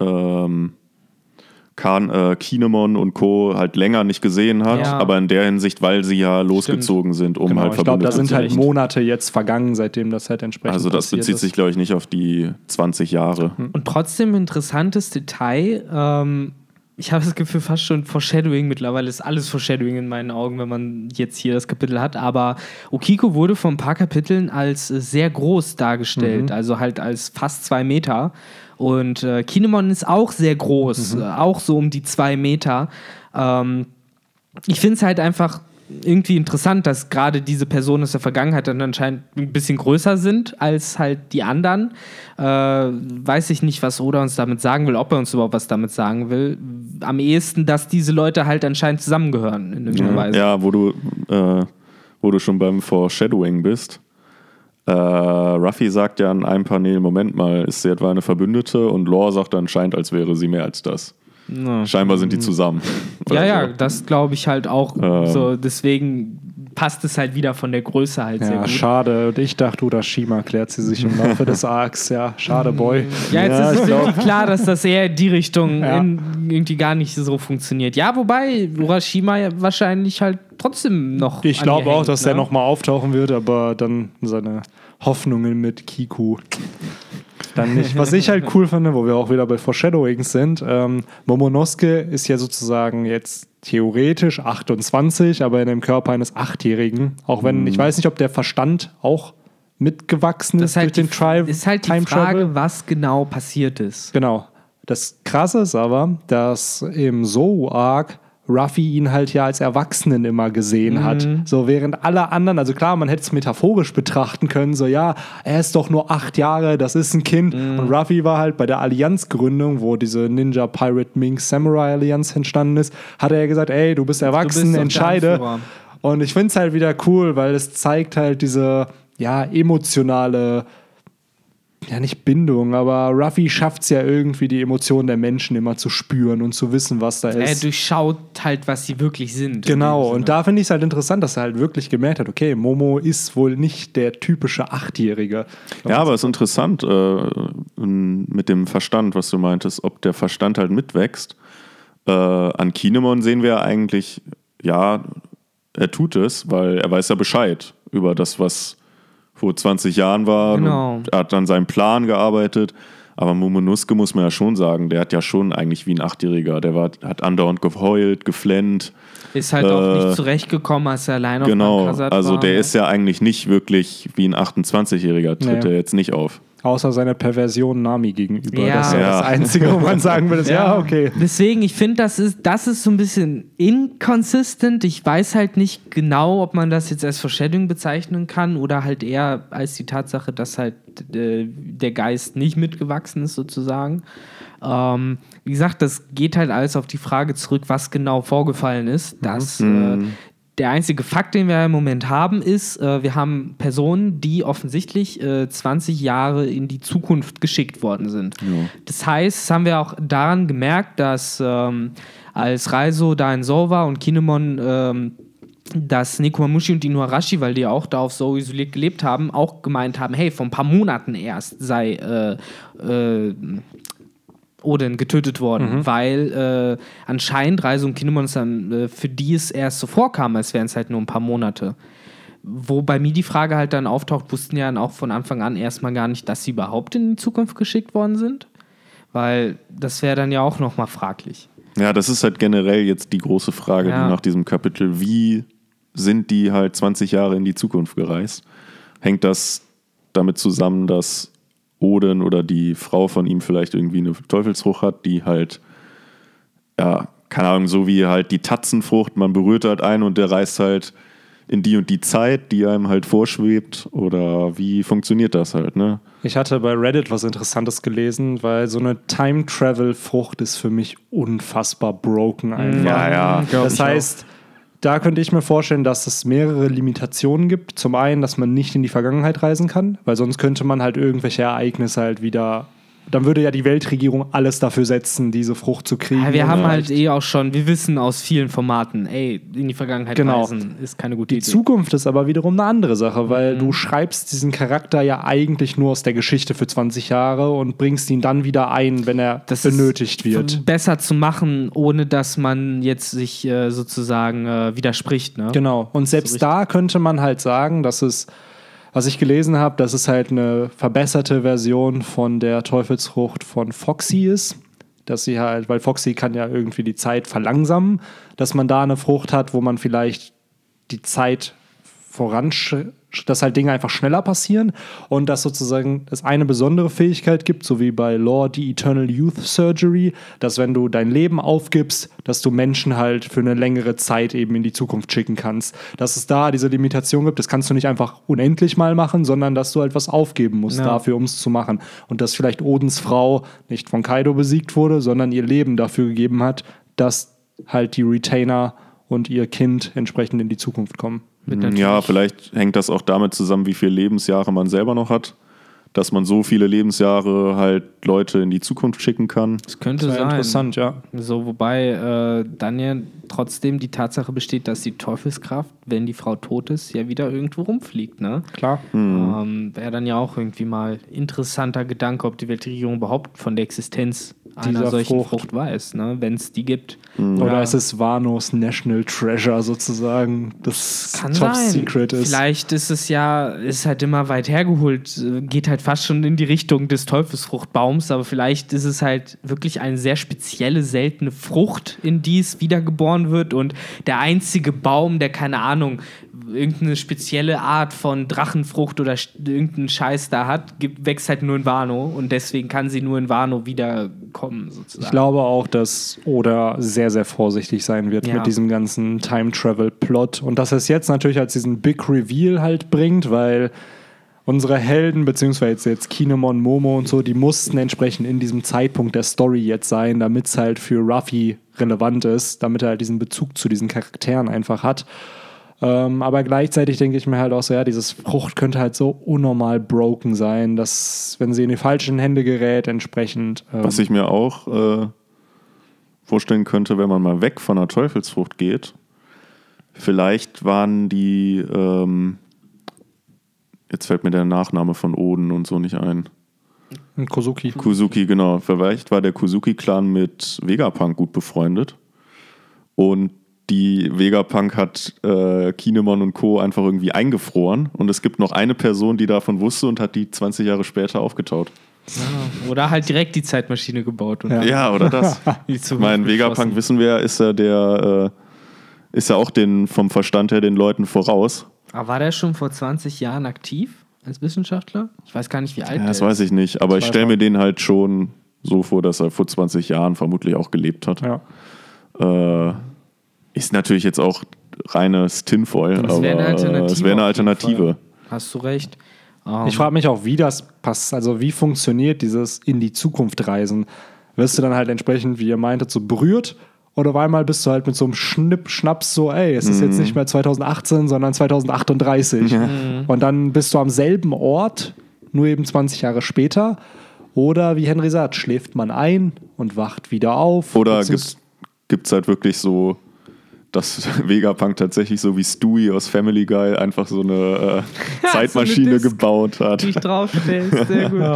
S3: Kinemon und Co. halt länger nicht gesehen hat, aber in der Hinsicht, weil sie ja losgezogen sind, um halt
S1: ich glaube, da
S3: Verbündete
S1: sind
S3: zu
S1: halt
S3: richten.
S1: Monate jetzt vergangen, seitdem das halt entsprechend
S3: Also das
S1: passiert
S3: bezieht
S1: ist.
S3: sich, glaube ich, nicht auf die 20 Jahre.
S2: Und trotzdem interessantes Detail. Ich habe das Gefühl, fast schon Foreshadowing. Mittlerweile ist alles Foreshadowing in meinen Augen, wenn man jetzt hier das Kapitel hat. Aber Okiko wurde vor ein paar Kapiteln als sehr groß dargestellt, also halt als fast 2 Meter. Und Kinemon ist auch sehr groß, auch so um die 2 Meter. Ich finde es halt einfach irgendwie interessant, dass gerade diese Personen aus der Vergangenheit dann anscheinend ein bisschen größer sind als halt die anderen. Weiß ich nicht, was Oda uns damit sagen will, ob er uns überhaupt was damit sagen will. Am ehesten, dass diese Leute halt anscheinend zusammengehören in irgendeiner Weise.
S3: Ja, wo du schon beim Foreshadowing bist. Ruffy sagt ja in einem Panel, Moment mal, ist sie etwa eine Verbündete? Und Lore sagt anscheinend, als wäre sie mehr als das.
S2: Ja.
S3: Scheinbar sind die zusammen.
S2: Ja,
S3: so.
S2: das glaube ich halt auch. So, deswegen passt es halt wieder von der Größe halt sehr
S1: Ja,
S2: gut.
S1: schade. Und ich dachte, Urashima klärt sie sich im Laufe des Arcs. Ja, schade, Boy.
S2: Ja, jetzt ist es wirklich klar, dass das eher in die Richtung
S1: Ja.
S2: irgendwie gar nicht so funktioniert. Ja, wobei Urashima ja wahrscheinlich halt trotzdem noch
S1: Ich glaube auch,
S2: angehängt,
S1: dass der nochmal auftauchen wird, aber dann seine Hoffnungen mit Kiku dann nicht. Was ich halt cool finde, wo wir auch wieder bei Foreshadowings sind, Momonosuke ist ja sozusagen jetzt theoretisch 28, aber in dem Körper eines 8-Jährigen. Auch wenn, ich weiß nicht, ob der Verstand auch mitgewachsen ist durch den Tribe.
S2: ist halt die
S1: Time
S2: Frage,
S1: Travel.
S2: was genau passiert ist.
S1: Genau. Das Krasse ist aber, dass im Zou-Arc Ruffy ihn halt ja als Erwachsenen immer gesehen hat. So während alle anderen, also klar, man hätte es metaphorisch betrachten können, so ja, er ist doch nur 8 Jahre, das ist ein Kind. Und Ruffy war halt bei der Allianzgründung, wo diese Ninja Pirate Mink Samurai Allianz entstanden ist, hat er ja gesagt, ey, du bist erwachsen,
S2: doch der
S1: entscheide.
S2: Anführer.
S1: Und ich finde es halt wieder cool, weil es zeigt halt diese emotionale, nicht Bindung, aber Ruffy schafft es ja irgendwie, die Emotionen der Menschen immer zu spüren und zu wissen, was da ist.
S2: Er durchschaut halt, was sie wirklich sind.
S1: Genau, und da finde ich es halt interessant, dass er halt wirklich gemerkt hat, okay, Momo ist wohl nicht der typische 8-Jährige.
S3: Ja, aber es ist interessant mit dem Verstand, was du meintest, ob der Verstand halt mitwächst. An Kinemon sehen wir eigentlich, er tut es, weil er weiß ja Bescheid über das, was vor 20 Jahren war.
S2: Genau.
S3: Und er hat an seinem Plan gearbeitet. Aber Momonosuke muss man ja schon sagen, der hat ja schon eigentlich wie ein 8-Jähriger. Der hat andauernd geheult, geflennt.
S2: Ist halt auch nicht zurechtgekommen, als er alleine auf
S3: Pankasat war. Also der ist ja eigentlich nicht wirklich wie ein 28-Jähriger, tritt er jetzt nicht auf.
S1: Außer seiner Perversion Nami gegenüber.
S2: Ja.
S1: Das ist ja das Einzige, wo man sagen würde, okay.
S2: Deswegen, ich finde, das ist so ein bisschen inconsistent. Ich weiß halt nicht genau, ob man das jetzt als Foreshadowing bezeichnen kann oder halt eher als die Tatsache, dass halt der Geist nicht mitgewachsen ist, sozusagen. Wie gesagt, das geht halt alles auf die Frage zurück, was genau vorgefallen ist. Dass der einzige Fakt, den wir im Moment haben, ist, wir haben Personen, die offensichtlich 20 Jahre in die Zukunft geschickt worden sind. Ja. Das heißt, das haben wir auch daran gemerkt, dass als Raizo da in Zou war und Kinemon dass Nekomamushi und Inuarashi, weil die ja auch da auf Zou isoliert gelebt haben, auch gemeint haben, hey, vor ein paar Monaten erst sei Oden getötet worden, weil anscheinend Raizo und Kinemon für die es erst so vorkam, als wären es halt nur ein paar Monate. Wo bei mir die Frage halt dann auftaucht, wussten ja dann auch von Anfang an erstmal gar nicht, dass sie überhaupt in die Zukunft geschickt worden sind, weil das wäre dann ja auch nochmal fraglich.
S3: Ja, das ist halt generell jetzt die große Frage, die nach diesem Kapitel, wie sind die halt 20 Jahre in die Zukunft gereist? Hängt das damit zusammen, dass Oden oder die Frau von ihm vielleicht irgendwie eine Teufelsfrucht hat, die halt, keine Ahnung, so wie halt die Tatzenfrucht, man berührt halt einen und der reist halt in die und die Zeit, die einem halt vorschwebt, oder wie funktioniert das halt, ne?
S1: Ich hatte bei Reddit was Interessantes gelesen, weil so eine Time-Travel-Frucht ist für mich unfassbar broken einfach.
S3: Ja.
S1: Das heißt, da könnte ich mir vorstellen, dass es mehrere Limitationen gibt. Zum einen, dass man nicht in die Vergangenheit reisen kann, weil sonst könnte man halt irgendwelche Ereignisse halt wieder... Dann würde ja die Weltregierung alles dafür setzen, diese Frucht zu kriegen.
S2: Ja, wir haben halt auch schon, wir wissen aus vielen Formaten, in die Vergangenheit reisen ist keine gute Idee.
S1: Die Zukunft ist aber wiederum eine andere Sache, weil du schreibst diesen Charakter ja eigentlich nur aus der Geschichte für 20 Jahre und bringst ihn dann wieder ein, wenn er benötigt wird.
S2: Besser zu machen, ohne dass man jetzt sich sozusagen widerspricht. Ne?
S1: Genau, und selbst da könnte man halt sagen, dass es, was ich gelesen habe, dass es halt eine verbesserte Version von der Teufelsfrucht von Foxy ist. Dass sie halt, weil Foxy kann ja irgendwie die Zeit verlangsamen, dass man da eine Frucht hat, wo man vielleicht die Zeit dass halt Dinge einfach schneller passieren und dass sozusagen es eine besondere Fähigkeit gibt, so wie bei Lore die Eternal Youth Surgery, dass wenn du dein Leben aufgibst, dass du Menschen halt für eine längere Zeit eben in die Zukunft schicken kannst. Dass es da diese Limitation gibt, das kannst du nicht einfach unendlich mal machen, sondern dass du halt was aufgeben musst dafür, um es zu machen. Und dass vielleicht Odens Frau nicht von Kaido besiegt wurde, sondern ihr Leben dafür gegeben hat, dass halt die Retainer und ihr Kind entsprechend in die Zukunft kommen.
S3: Ja, vielleicht hängt das auch damit zusammen, wie viele Lebensjahre man selber noch hat, dass man so viele Lebensjahre halt Leute in die Zukunft schicken kann.
S2: Das könnte sein.
S1: Interessant, ja.
S2: So, wobei dann ja trotzdem die Tatsache besteht, dass die Teufelskraft, wenn die Frau tot ist, ja wieder irgendwo rumfliegt, ne?
S1: Klar.
S2: Wäre dann ja auch irgendwie mal interessanter Gedanke, ob die Weltregierung überhaupt von der Existenz einer solchen Frucht weiß, ne? Wenn es die gibt.
S1: Oder ist es Wanos National Treasure sozusagen, das
S2: kann
S1: Top
S2: sein.
S1: Secret ist.
S2: Vielleicht ist es ist halt immer weit hergeholt, geht halt fast schon in die Richtung des Teufelsfruchtbaums, aber vielleicht ist es halt wirklich eine sehr spezielle, seltene Frucht, in die es wiedergeboren wird und der einzige Baum, der, keine Ahnung, irgendeine spezielle Art von Drachenfrucht oder irgendeinen Scheiß da hat, wächst halt nur in Wano und deswegen kann sie nur in Wano wiederkommen, sozusagen.
S1: Ich glaube auch, dass Oda sehr, sehr vorsichtig sein wird mit diesem ganzen Time-Travel-Plot und dass es jetzt natürlich als diesen Big Reveal halt bringt, weil unsere Helden, beziehungsweise jetzt Kinemon, Momo und so, die mussten entsprechend in diesem Zeitpunkt der Story jetzt sein, damit es halt für Ruffy relevant ist, damit er halt diesen Bezug zu diesen Charakteren einfach hat. Aber gleichzeitig denke ich mir halt auch so, ja, dieses Frucht könnte halt so unnormal broken sein, dass, wenn sie in die falschen Hände gerät, entsprechend.
S3: Was ich mir auch vorstellen könnte, wenn man mal weg von der Teufelsfrucht geht, vielleicht waren die, jetzt fällt mir der Nachname von Oden und so nicht ein.
S1: Kozuki.
S3: Kozuki, genau. Vielleicht war der Kozuki-Clan mit Vegapunk gut befreundet. Und die Vegapunk hat Kinemon und Co. einfach irgendwie eingefroren. Und es gibt noch eine Person, die davon wusste und hat die 20 Jahre später aufgetaut.
S2: Ja, oder halt direkt die Zeitmaschine gebaut. Und
S3: ja, oder das. Ich meine, Vegapunk, wissen wir, ist ja auch vom Verstand her den Leuten voraus.
S2: Aber war der schon vor 20 Jahren aktiv als Wissenschaftler? Ich weiß gar nicht, wie alt der ist.
S3: Das weiß ich nicht, aber ich stelle mir den halt schon so vor, dass er vor 20 Jahren vermutlich auch gelebt hat.
S1: Ja.
S3: Ist natürlich jetzt auch reines Tinfoil, aber es wäre eine Alternative.
S2: Hast du recht.
S1: Ich frage mich auch, wie das passt, also wie funktioniert dieses in die Zukunft reisen? Wirst du dann halt entsprechend, wie ihr meintet, so berührt? Oder auf einmal bist du halt mit so einem Schnaps so, ey, es ist jetzt nicht mehr 2018, sondern 2038. Und dann bist du am selben Ort, nur eben 20 Jahre später. Oder wie Henry sagt, schläft man ein und wacht wieder auf.
S3: Oder gibt's halt wirklich so, dass Vegapunk tatsächlich so wie Stewie aus Family Guy einfach so eine Zeitmaschine
S2: so eine
S3: gebaut hat.
S2: Die ich draufstellst, sehr gut.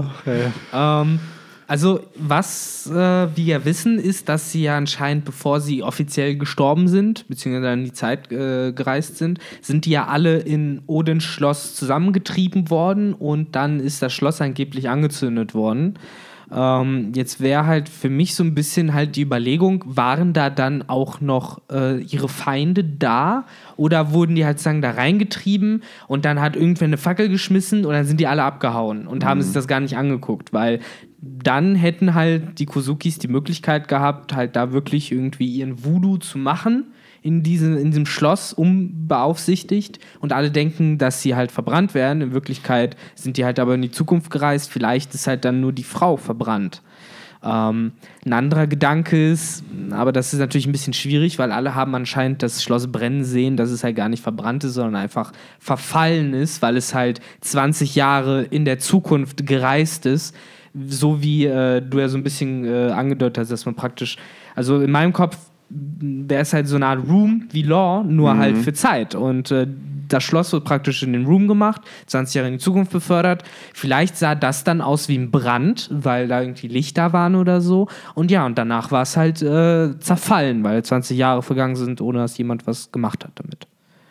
S2: Also was wir ja wissen, ist, dass sie ja anscheinend, bevor sie offiziell gestorben sind, beziehungsweise in die Zeit gereist sind die ja alle in Odins Schloss zusammengetrieben worden und dann ist das Schloss angeblich angezündet worden. Jetzt wäre halt für mich so ein bisschen halt die Überlegung, waren da dann auch noch ihre Feinde da oder wurden die halt sagen da reingetrieben und dann hat irgendwer eine Fackel geschmissen und dann sind die alle abgehauen und haben sich das gar nicht angeguckt, weil dann hätten halt die Kozukis die Möglichkeit gehabt, halt da wirklich irgendwie ihren Voodoo zu machen in diesem Schloss unbeaufsichtigt und alle denken, dass sie halt verbrannt werden. In Wirklichkeit sind die halt aber in die Zukunft gereist. Vielleicht ist halt dann nur die Frau verbrannt. Ein anderer Gedanke ist, aber das ist natürlich ein bisschen schwierig, weil alle haben anscheinend das Schloss brennen sehen, dass es halt gar nicht verbrannt ist, sondern einfach verfallen ist, weil es halt 20 Jahre in der Zukunft gereist ist. So wie du ja so ein bisschen angedeutet hast, dass man praktisch, also in meinem Kopf wäre es halt so eine Art Room wie Law, nur halt für Zeit. Und das Schloss wird praktisch in den Room gemacht, 20 Jahre in die Zukunft befördert. Vielleicht sah das dann aus wie ein Brand, weil da irgendwie Lichter waren oder so. Und ja, und danach war es halt zerfallen, weil 20 Jahre vergangen sind, ohne dass jemand was gemacht hat damit.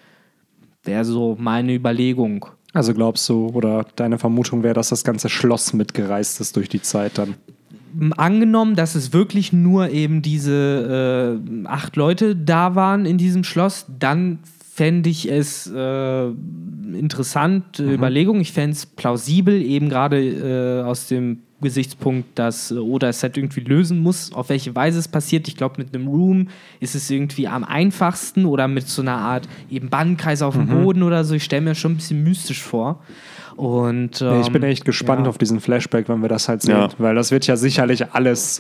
S2: Wäre so meine Überlegung.
S1: Also glaubst du, oder deine Vermutung wäre, dass das ganze Schloss mitgereist ist durch die Zeit dann?
S2: Angenommen, dass es wirklich nur eben diese 8 Leute da waren in diesem Schloss, dann fände ich es interessant, Überlegung. Ich fände es plausibel, eben gerade aus dem Gesichtspunkt, dass Oda es halt irgendwie lösen muss, auf welche Weise es passiert. Ich glaube, mit einem Room ist es irgendwie am einfachsten oder mit so einer Art eben Bandenkreis auf dem Boden oder so. Ich stelle mir schon ein bisschen mystisch vor. Und,
S1: ich bin echt gespannt auf diesen Flashback, wenn wir das halt sehen, weil das wird ja sicherlich alles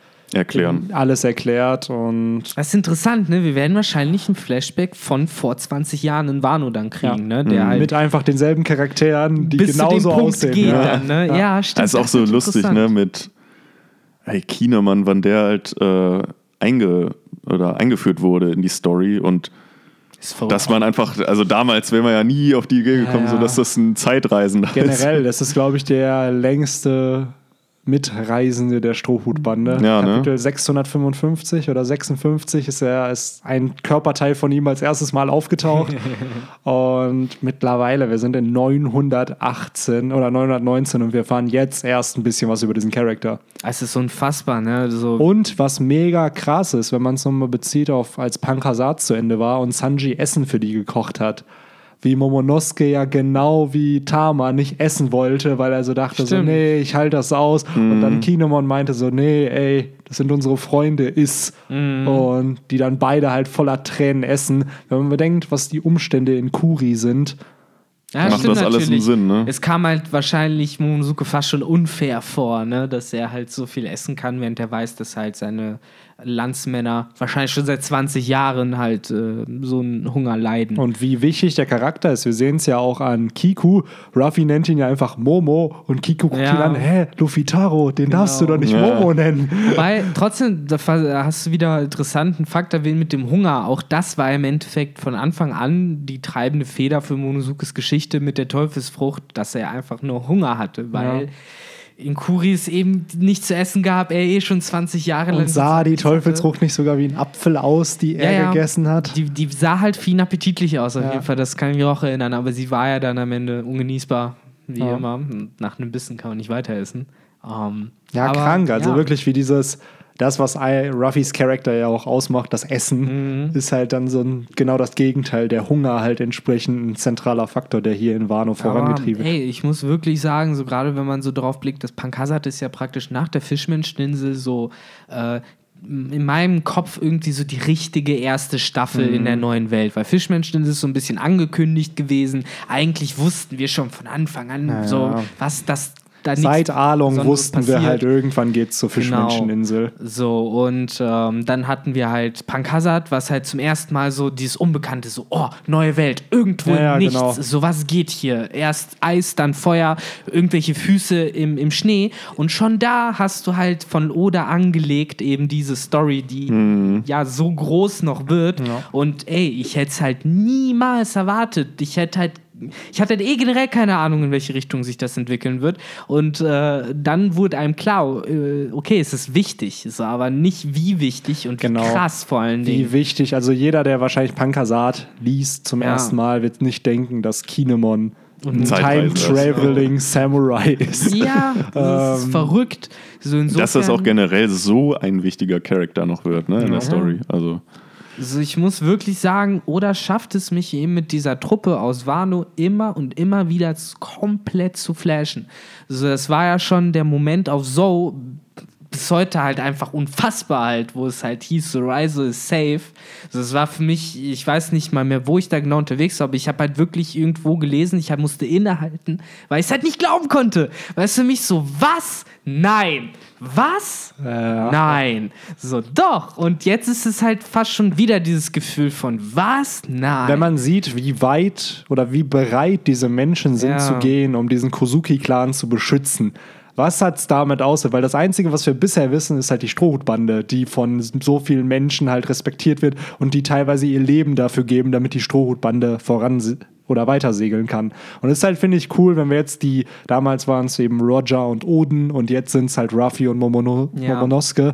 S1: erklärt und
S2: das ist interessant, ne? Wir werden wahrscheinlich ein Flashback von vor 20 Jahren in Wano dann kriegen, ne? Der halt
S1: mit einfach denselben Charakteren, die
S2: bis
S1: genauso
S2: zu dem Punkt
S1: aussehen.
S2: Geht dann, ne? Ja, stimmt.
S3: Das ist auch so lustig, ne? Mit Kinemon, wann der halt eingeführt wurde in die Story und dass man einfach, also damals wäre man ja nie auf die Idee gekommen, so dass das ein Zeitreisender ist.
S1: Generell, das ist, glaube ich, der längste Mitreisende der Strohhutbande.
S3: Ja,
S1: Kapitel 655 oder 56 ist ein Körperteil von ihm als erstes Mal aufgetaucht. Und mittlerweile, wir sind in 918 oder 919 und wir erfahren jetzt erst ein bisschen was über diesen Charakter.
S2: Es ist unfassbar, ne? So.
S1: Und was mega krass ist, wenn man es nochmal bezieht auf, als Punk Hazard zu Ende war und Sanji Essen für die gekocht hat. Wie Momonosuke ja genau wie Tama nicht essen wollte, weil er so dachte, so, nee, ich halte das aus. Und dann Kinemon meinte so, nee, ey, das sind unsere Freunde, iss. Und die dann beide halt voller Tränen essen. Wenn man bedenkt, was die Umstände in Kuri sind.
S2: Ja,
S3: macht das alles einen Sinn, ne?
S2: Es kam halt wahrscheinlich Momonosuke fast schon unfair vor, ne? Dass er halt so viel essen kann, während er weiß, dass halt seine Landsmänner wahrscheinlich schon seit 20 Jahren halt so einen Hunger leiden.
S1: Und wie wichtig der Charakter ist. Wir sehen es ja auch an Kiku. Ruffy nennt ihn ja einfach Momo und Kiku guckt ihn an, Luffy Taro, den darfst du doch nicht Momo nennen.
S2: Wobei, trotzdem, da hast du wieder einen interessanten Fakt erwähnt mit dem Hunger. Auch das war im Endeffekt von Anfang an die treibende Feder für Monosukes Geschichte mit der Teufelsfrucht, dass er einfach nur Hunger hatte, weil in Kuri es eben nichts zu essen gab, er schon 20 Jahre lang.
S1: Und sah die Teufelsfrucht nicht sogar wie ein Apfel aus, die er gegessen hat?
S2: Die sah halt viel appetitlich aus, auf jeden Fall. Das kann ich mir auch erinnern. Aber sie war ja dann am Ende ungenießbar, wie immer. Nach einem Bissen kann man nicht weiter essen. Aber,
S1: krank. Also wirklich wie das, was Ruffys Charakter ja auch ausmacht, das Essen, ist halt dann genau das Gegenteil. Der Hunger halt entsprechend ein zentraler Faktor, der hier in Wano vorangetrieben wird.
S2: Ich muss wirklich sagen, so gerade wenn man so drauf blickt, das Pankasat ist ja praktisch nach der Fischmenscheninsel so in meinem Kopf irgendwie so die richtige erste Staffel in der neuen Welt, weil Fischmenscheninsel ist so ein bisschen angekündigt gewesen. Eigentlich wussten wir schon von Anfang an was das
S1: seit Arlong wussten wir halt, irgendwann geht's zur Fischmenscheninsel.
S2: So, und dann hatten wir halt Pankasat, was halt zum ersten Mal so dieses Unbekannte, so, neue Welt, irgendwo nichts, so was geht hier. Erst Eis, dann Feuer, irgendwelche Füße im Schnee und schon da hast du halt von Oda angelegt eben diese Story, die so groß noch wird und ich hätte es halt niemals erwartet. Ich hatte generell keine Ahnung, in welche Richtung sich das entwickeln wird. Und dann wurde einem klar, okay, es ist wichtig, so, aber nicht wie wichtig und wie krass vor allen Dingen.
S1: Wie wichtig, also jeder, der wahrscheinlich Pankasat liest zum ersten Mal, wird nicht denken, dass Kinemon ein Time-Traveling Samurai ist.
S2: Ja, das ist verrückt. So
S3: dass das auch generell so ein wichtiger Charakter noch wird, ne, in der Story. Also
S2: ich muss wirklich sagen, Oda schafft es mich eben mit dieser Truppe aus Wano immer und immer wieder komplett zu flashen. Also das war ja schon der Moment auf Zou, bis heute halt einfach unfassbar halt, wo es halt hieß, so Raizo ist safe. Also das war für mich, ich weiß nicht mal mehr, wo ich da genau unterwegs war, aber ich habe halt wirklich irgendwo gelesen, ich musste innehalten, weil ich es halt nicht glauben konnte. Weil es für mich so, was? Nein. Was? Nein. So, doch. Und jetzt ist es halt fast schon wieder dieses Gefühl von, was? Nein.
S1: Wenn man sieht, wie weit oder wie bereit diese Menschen sind zu gehen, um diesen Kozuki-Clan zu beschützen. Was hat es damit aus? Weil das Einzige, was wir bisher wissen, ist halt die Strohhutbande, die von so vielen Menschen halt respektiert wird und die teilweise ihr Leben dafür geben, damit die Strohhutbande oder weiter segeln kann. Und es ist halt, finde ich, cool, wenn wir jetzt damals waren es eben Roger und Oden und jetzt sind es halt Ruffy und Momonosuke.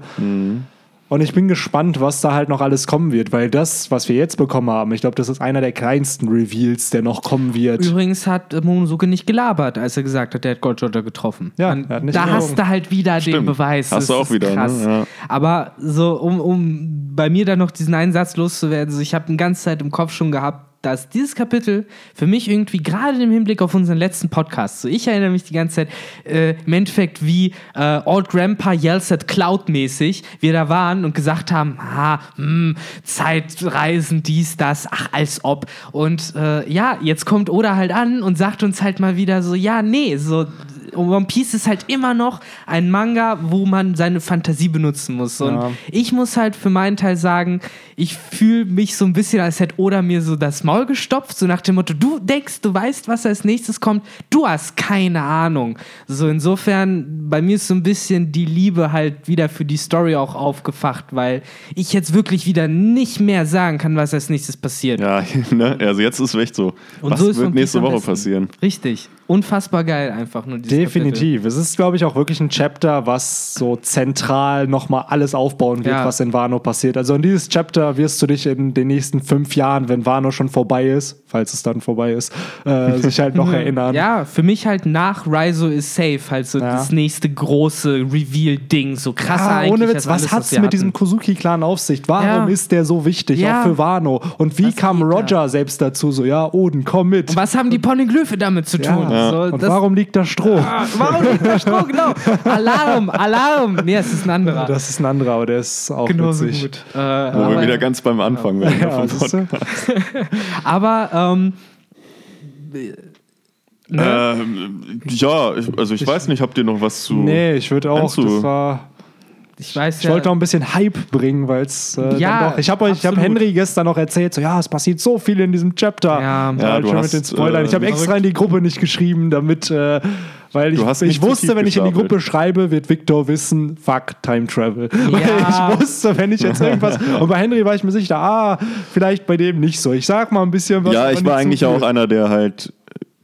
S1: Und ich bin gespannt, was da halt noch alles kommen wird, weil das, was wir jetzt bekommen haben, ich glaube, das ist einer der kleinsten Reveals, der noch kommen wird.
S2: Übrigens hat Momonosuke nicht gelabert, als er gesagt hat, er hat Gold Roger getroffen.
S1: Ja,
S2: da hast du halt wieder den Beweis.
S3: Hast du auch wieder,
S2: krass.
S3: Ne? Ja.
S2: Aber so, um bei mir dann noch diesen einen Satz loszuwerden, so, ich habe die ganze Zeit im Kopf schon gehabt, dass dieses Kapitel für mich irgendwie, gerade im Hinblick auf unseren letzten Podcast, so ich erinnere mich die ganze Zeit im Endeffekt wie Old Grandpa Yells at Cloud mäßig, wir da waren und gesagt haben, Zeitreisen, dies, das, ach, als ob. Und jetzt kommt Oda halt an und sagt uns halt mal wieder so, so One Piece ist halt immer noch ein Manga, wo man seine Fantasie benutzen muss. Und ich muss halt für meinen Teil sagen, ich fühle mich so ein bisschen, als hätte Oda mir so das Maul gestopft, so nach dem Motto, du denkst, du weißt, was als nächstes kommt, du hast keine Ahnung. So insofern, bei mir ist so ein bisschen die Liebe halt wieder für die Story auch aufgefacht, weil ich jetzt wirklich wieder nicht mehr sagen kann, was als nächstes passiert.
S3: Ja, ne? Also jetzt ist es echt so. Und was so wird nächste Woche passieren?
S2: Richtig. Unfassbar geil einfach nur dieses
S1: Definitiv.
S2: Kapitel.
S1: Es ist, glaube ich, auch wirklich ein Chapter, was so zentral nochmal alles aufbauen wird, was in Wano passiert. Also in dieses Chapter wirst du dich in den nächsten 5 Jahren, wenn Wano schon vorbei ist, falls es dann vorbei ist, sich halt noch erinnern.
S2: Ja, für mich halt nach Raizo is safe, halt so das nächste große Reveal-Ding, so krasser eigentlich.
S1: Ohne Witz, was hat es mit diesem Kozuki-Clan auf sich? Warum ist der so wichtig, auch für Wano? Und wie kam Roger selbst dazu, so, Oden, komm mit.
S2: Und was haben die Poneglyphe damit zu tun?
S1: Ja. So, und warum liegt da Stroh?
S2: Warum liegt da Stroh, genau. Alarm. Nee, es ist ein anderer.
S1: Das ist ein anderer, aber der ist auch
S2: genauso
S1: witzig.
S2: Gut.
S3: Wo wir wieder ganz beim Anfang werden.
S2: Aber,
S3: also ich weiß nicht, habt ihr noch was zu...
S1: Nee, ich würde auch, das war...
S2: Ich weiß
S1: Ich wollte noch ein bisschen Hype bringen, weil es ich habe Henry gestern noch erzählt, so es passiert so viel in diesem Chapter.
S3: Du
S1: schon
S3: hast,
S1: mit den Spoilern. Ich habe extra in die Gruppe nicht geschrieben, damit, weil ich wusste, wenn ich in die Gruppe schreibe, wird Victor wissen, fuck, Time Travel. Weil ich wusste, wenn ich jetzt irgendwas, und bei Henry war ich mir sicher, vielleicht bei dem nicht so. Ich sag mal ein bisschen was.
S3: Ja, ich war eigentlich auch einer, der halt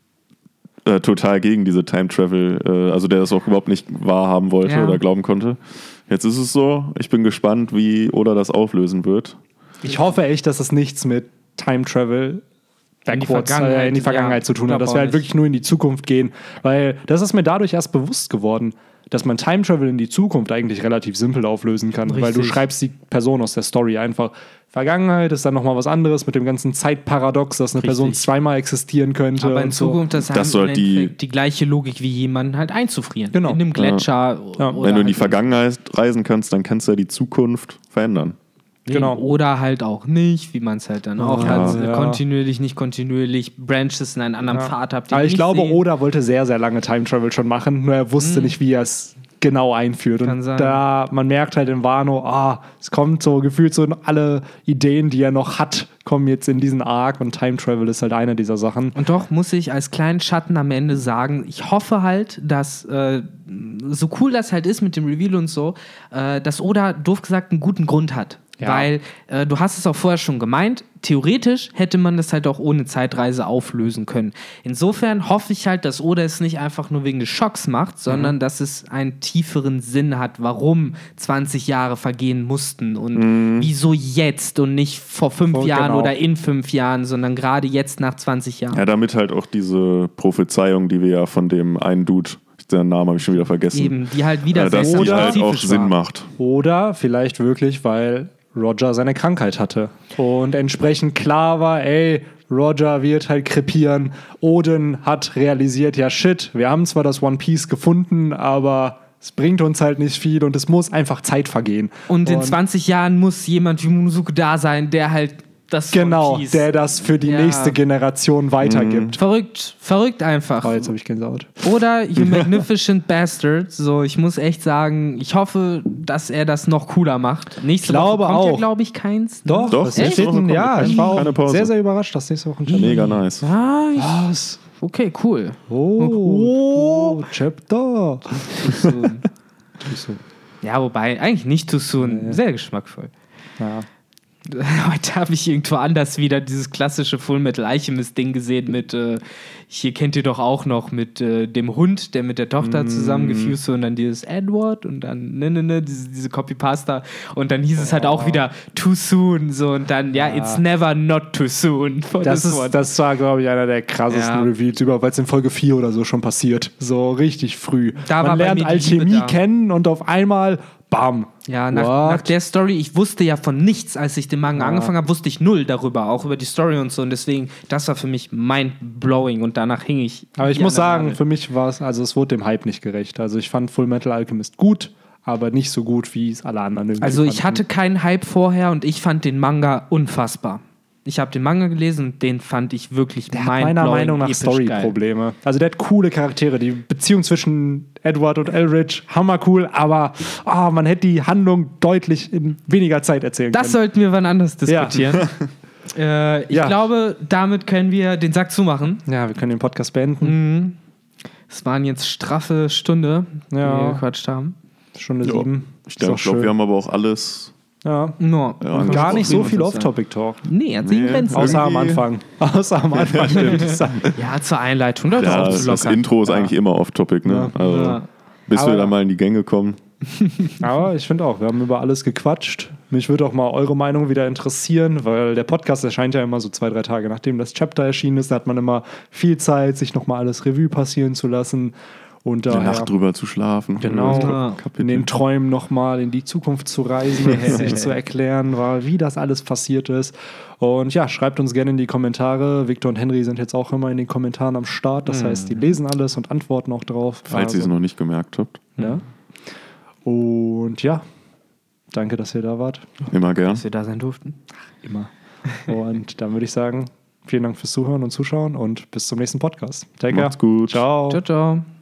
S3: total gegen diese Time Travel, also der das auch überhaupt nicht wahrhaben wollte oder glauben konnte. Jetzt ist es so, ich bin gespannt, wie Oda das auflösen wird.
S1: Ich hoffe echt, dass es nichts mit Time Travel in die Vergangenheit zu tun hat, dass wir halt wirklich nur in die Zukunft gehen, weil das ist mir dadurch erst bewusst geworden, dass man Time Travel in die Zukunft eigentlich relativ simpel auflösen kann, weil du schreibst die Person aus der Story einfach. Vergangenheit ist dann nochmal was anderes mit dem ganzen Zeitparadox, dass eine Person zweimal existieren könnte.
S2: Aber in Zukunft das
S3: soll
S2: die gleiche Logik wie jemanden halt einzufrieren.
S1: Genau.
S2: In einem Gletscher. Oder
S3: wenn du in die
S2: halt
S3: Vergangenheit reisen kannst, dann kannst du ja die Zukunft verändern.
S1: Genau.
S2: Oder halt auch nicht, wie man es halt dann auch hat. Kontinuierlich, nicht kontinuierlich, Branches in einen anderen Pfad habt.
S1: Aber ich glaube, Oda wollte sehr, sehr lange Time Travel schon machen, nur er wusste nicht, wie er es genau einführt.
S2: Kann
S1: und
S2: sein.
S1: da, man merkt halt in Wano, es kommt so gefühlt so alle Ideen, die er noch hat, kommen jetzt in diesen Arc und Time Travel ist halt eine dieser Sachen.
S2: Und doch muss ich als kleinen Schatten am Ende sagen, ich hoffe halt, dass so cool das halt ist mit dem Reveal und so, dass Oda, doof gesagt, einen guten Grund hat.
S1: Ja.
S2: Weil du hast es auch vorher schon gemeint, theoretisch hätte man das halt auch ohne Zeitreise auflösen können. Insofern hoffe ich halt, dass Oda es nicht einfach nur wegen des Schocks macht, sondern dass es einen tieferen Sinn hat, warum 20 Jahre vergehen mussten und wieso jetzt und nicht vor 5 Jahren oder in 5 Jahren, sondern gerade jetzt nach 20 Jahren.
S3: Ja, damit halt auch diese Prophezeiung, die wir ja von dem einen Dude, den Namen habe ich schon wieder vergessen.
S2: Eben, die halt wieder
S3: dass
S2: sehr
S3: die halt auch
S2: spezifisch
S3: Sinn
S2: war.
S3: macht.
S1: Oder vielleicht wirklich, weil Roger seine Krankheit hatte und entsprechend klar war, Roger wird halt krepieren. Oden hat realisiert, ja shit, wir haben zwar das One Piece gefunden, aber es bringt uns halt nicht viel und es muss einfach Zeit vergehen.
S2: Und in 20 Jahren muss jemand wie Momonosuke da sein, der halt das
S1: Genau,
S2: One Piece.
S1: der das für die nächste Generation weitergibt.
S2: Verrückt einfach.
S1: Oh, jetzt habe ich Gänsehaut.
S2: Oder You Magnificent Bastard. So, ich muss echt sagen, ich hoffe, dass er das noch cooler macht. Nächste Woche kommt
S1: auch.
S2: ja, glaube ich, keins.
S1: Doch,
S3: Doch,
S1: das
S3: nächste
S1: steht
S3: Woche kommt
S1: ich war
S3: keine
S1: auch
S3: Pause.
S1: sehr, sehr überrascht, dass nächste Woche
S3: Mega nice.
S1: Was?
S2: Okay, cool.
S1: Oh, Chapter.
S2: Too soon. Ja, wobei, eigentlich nicht too soon. Sehr geschmackvoll.
S1: Ja.
S2: Heute habe ich irgendwo anders wieder dieses klassische Fullmetal Alchemist-Ding gesehen mit, hier kennt ihr doch auch noch, mit dem Hund, der mit der Tochter zusammengefused wurde und dann dieses Edward und dann diese Copy-Pasta und dann hieß es halt auch wieder too soon so und dann, it's never not too soon.
S1: Das war, glaube ich, einer der krassesten Reveals überhaupt, weil es in Folge 4 oder so schon passiert. So richtig früh. Man lernt Alchemie kennen und auf einmal bam.
S2: Ja, nach der Story, ich wusste ja von nichts, als ich den Manga angefangen habe, wusste ich null darüber, auch über die Story und so. Und deswegen, das war für mich mind-blowing und danach hing ich.
S1: Aber ich muss sagen, für mich war es wurde dem Hype nicht gerecht. Also ich fand Fullmetal Alchemist gut, aber nicht so gut, wie es alle anderen irgendwie
S2: Also ich
S1: fanden.
S2: hatte keinen Hype vorher und ich fand den Manga unfassbar. Ich habe den Manga gelesen und den fand ich wirklich
S1: der hat meiner Meinung nach Story-Probleme. Also der hat coole Charaktere. Die Beziehung zwischen Edward und Elrich, hammercool, aber man hätte die Handlung deutlich in weniger Zeit erzählen können.
S2: Das sollten wir wann anders diskutieren. Ich glaube, damit können wir den Sack zumachen.
S1: Ja, wir können den Podcast beenden.
S2: Es waren jetzt straffe Stunde, die wir gequatscht haben.
S1: Stunde 7.
S3: Ich glaube, wir haben aber auch alles...
S1: Ja.
S2: Gar
S1: nicht so viel Off-Topic-Talk.
S2: Nee, hat sich Grenzen.
S1: Außer am Anfang. Würde ich sagen.
S2: Ja, zur Einleitung.
S3: Das Intro ist eigentlich immer Off-Topic, ne?
S1: Ja.
S3: Also, bis wir da mal in die Gänge kommen.
S1: Aber ich finde auch, wir haben über alles gequatscht. Mich würde auch mal eure Meinung wieder interessieren, weil der Podcast erscheint ja immer so 2-3 Tage, nachdem das Chapter erschienen ist. Da hat man immer viel Zeit, sich nochmal alles Revue passieren zu lassen. Und
S3: eine Nacht drüber zu schlafen.
S1: Genau, in den Träumen nochmal in die Zukunft zu reisen und sich zu erklären, wie das alles passiert ist. Und ja, schreibt uns gerne in die Kommentare. Victor und Henry sind jetzt auch immer in den Kommentaren am Start. Das heißt, die lesen alles und antworten auch drauf.
S3: Falls ihr es noch nicht gemerkt habt.
S1: Ja. Und ja, danke, dass ihr da wart.
S3: Immer gern.
S2: Dass wir da sein durften.
S1: Immer. Und dann würde ich sagen, vielen Dank fürs Zuhören und Zuschauen und bis zum nächsten Podcast. Take care.
S3: Macht's gut.
S1: Ciao.
S2: Ciao, ciao.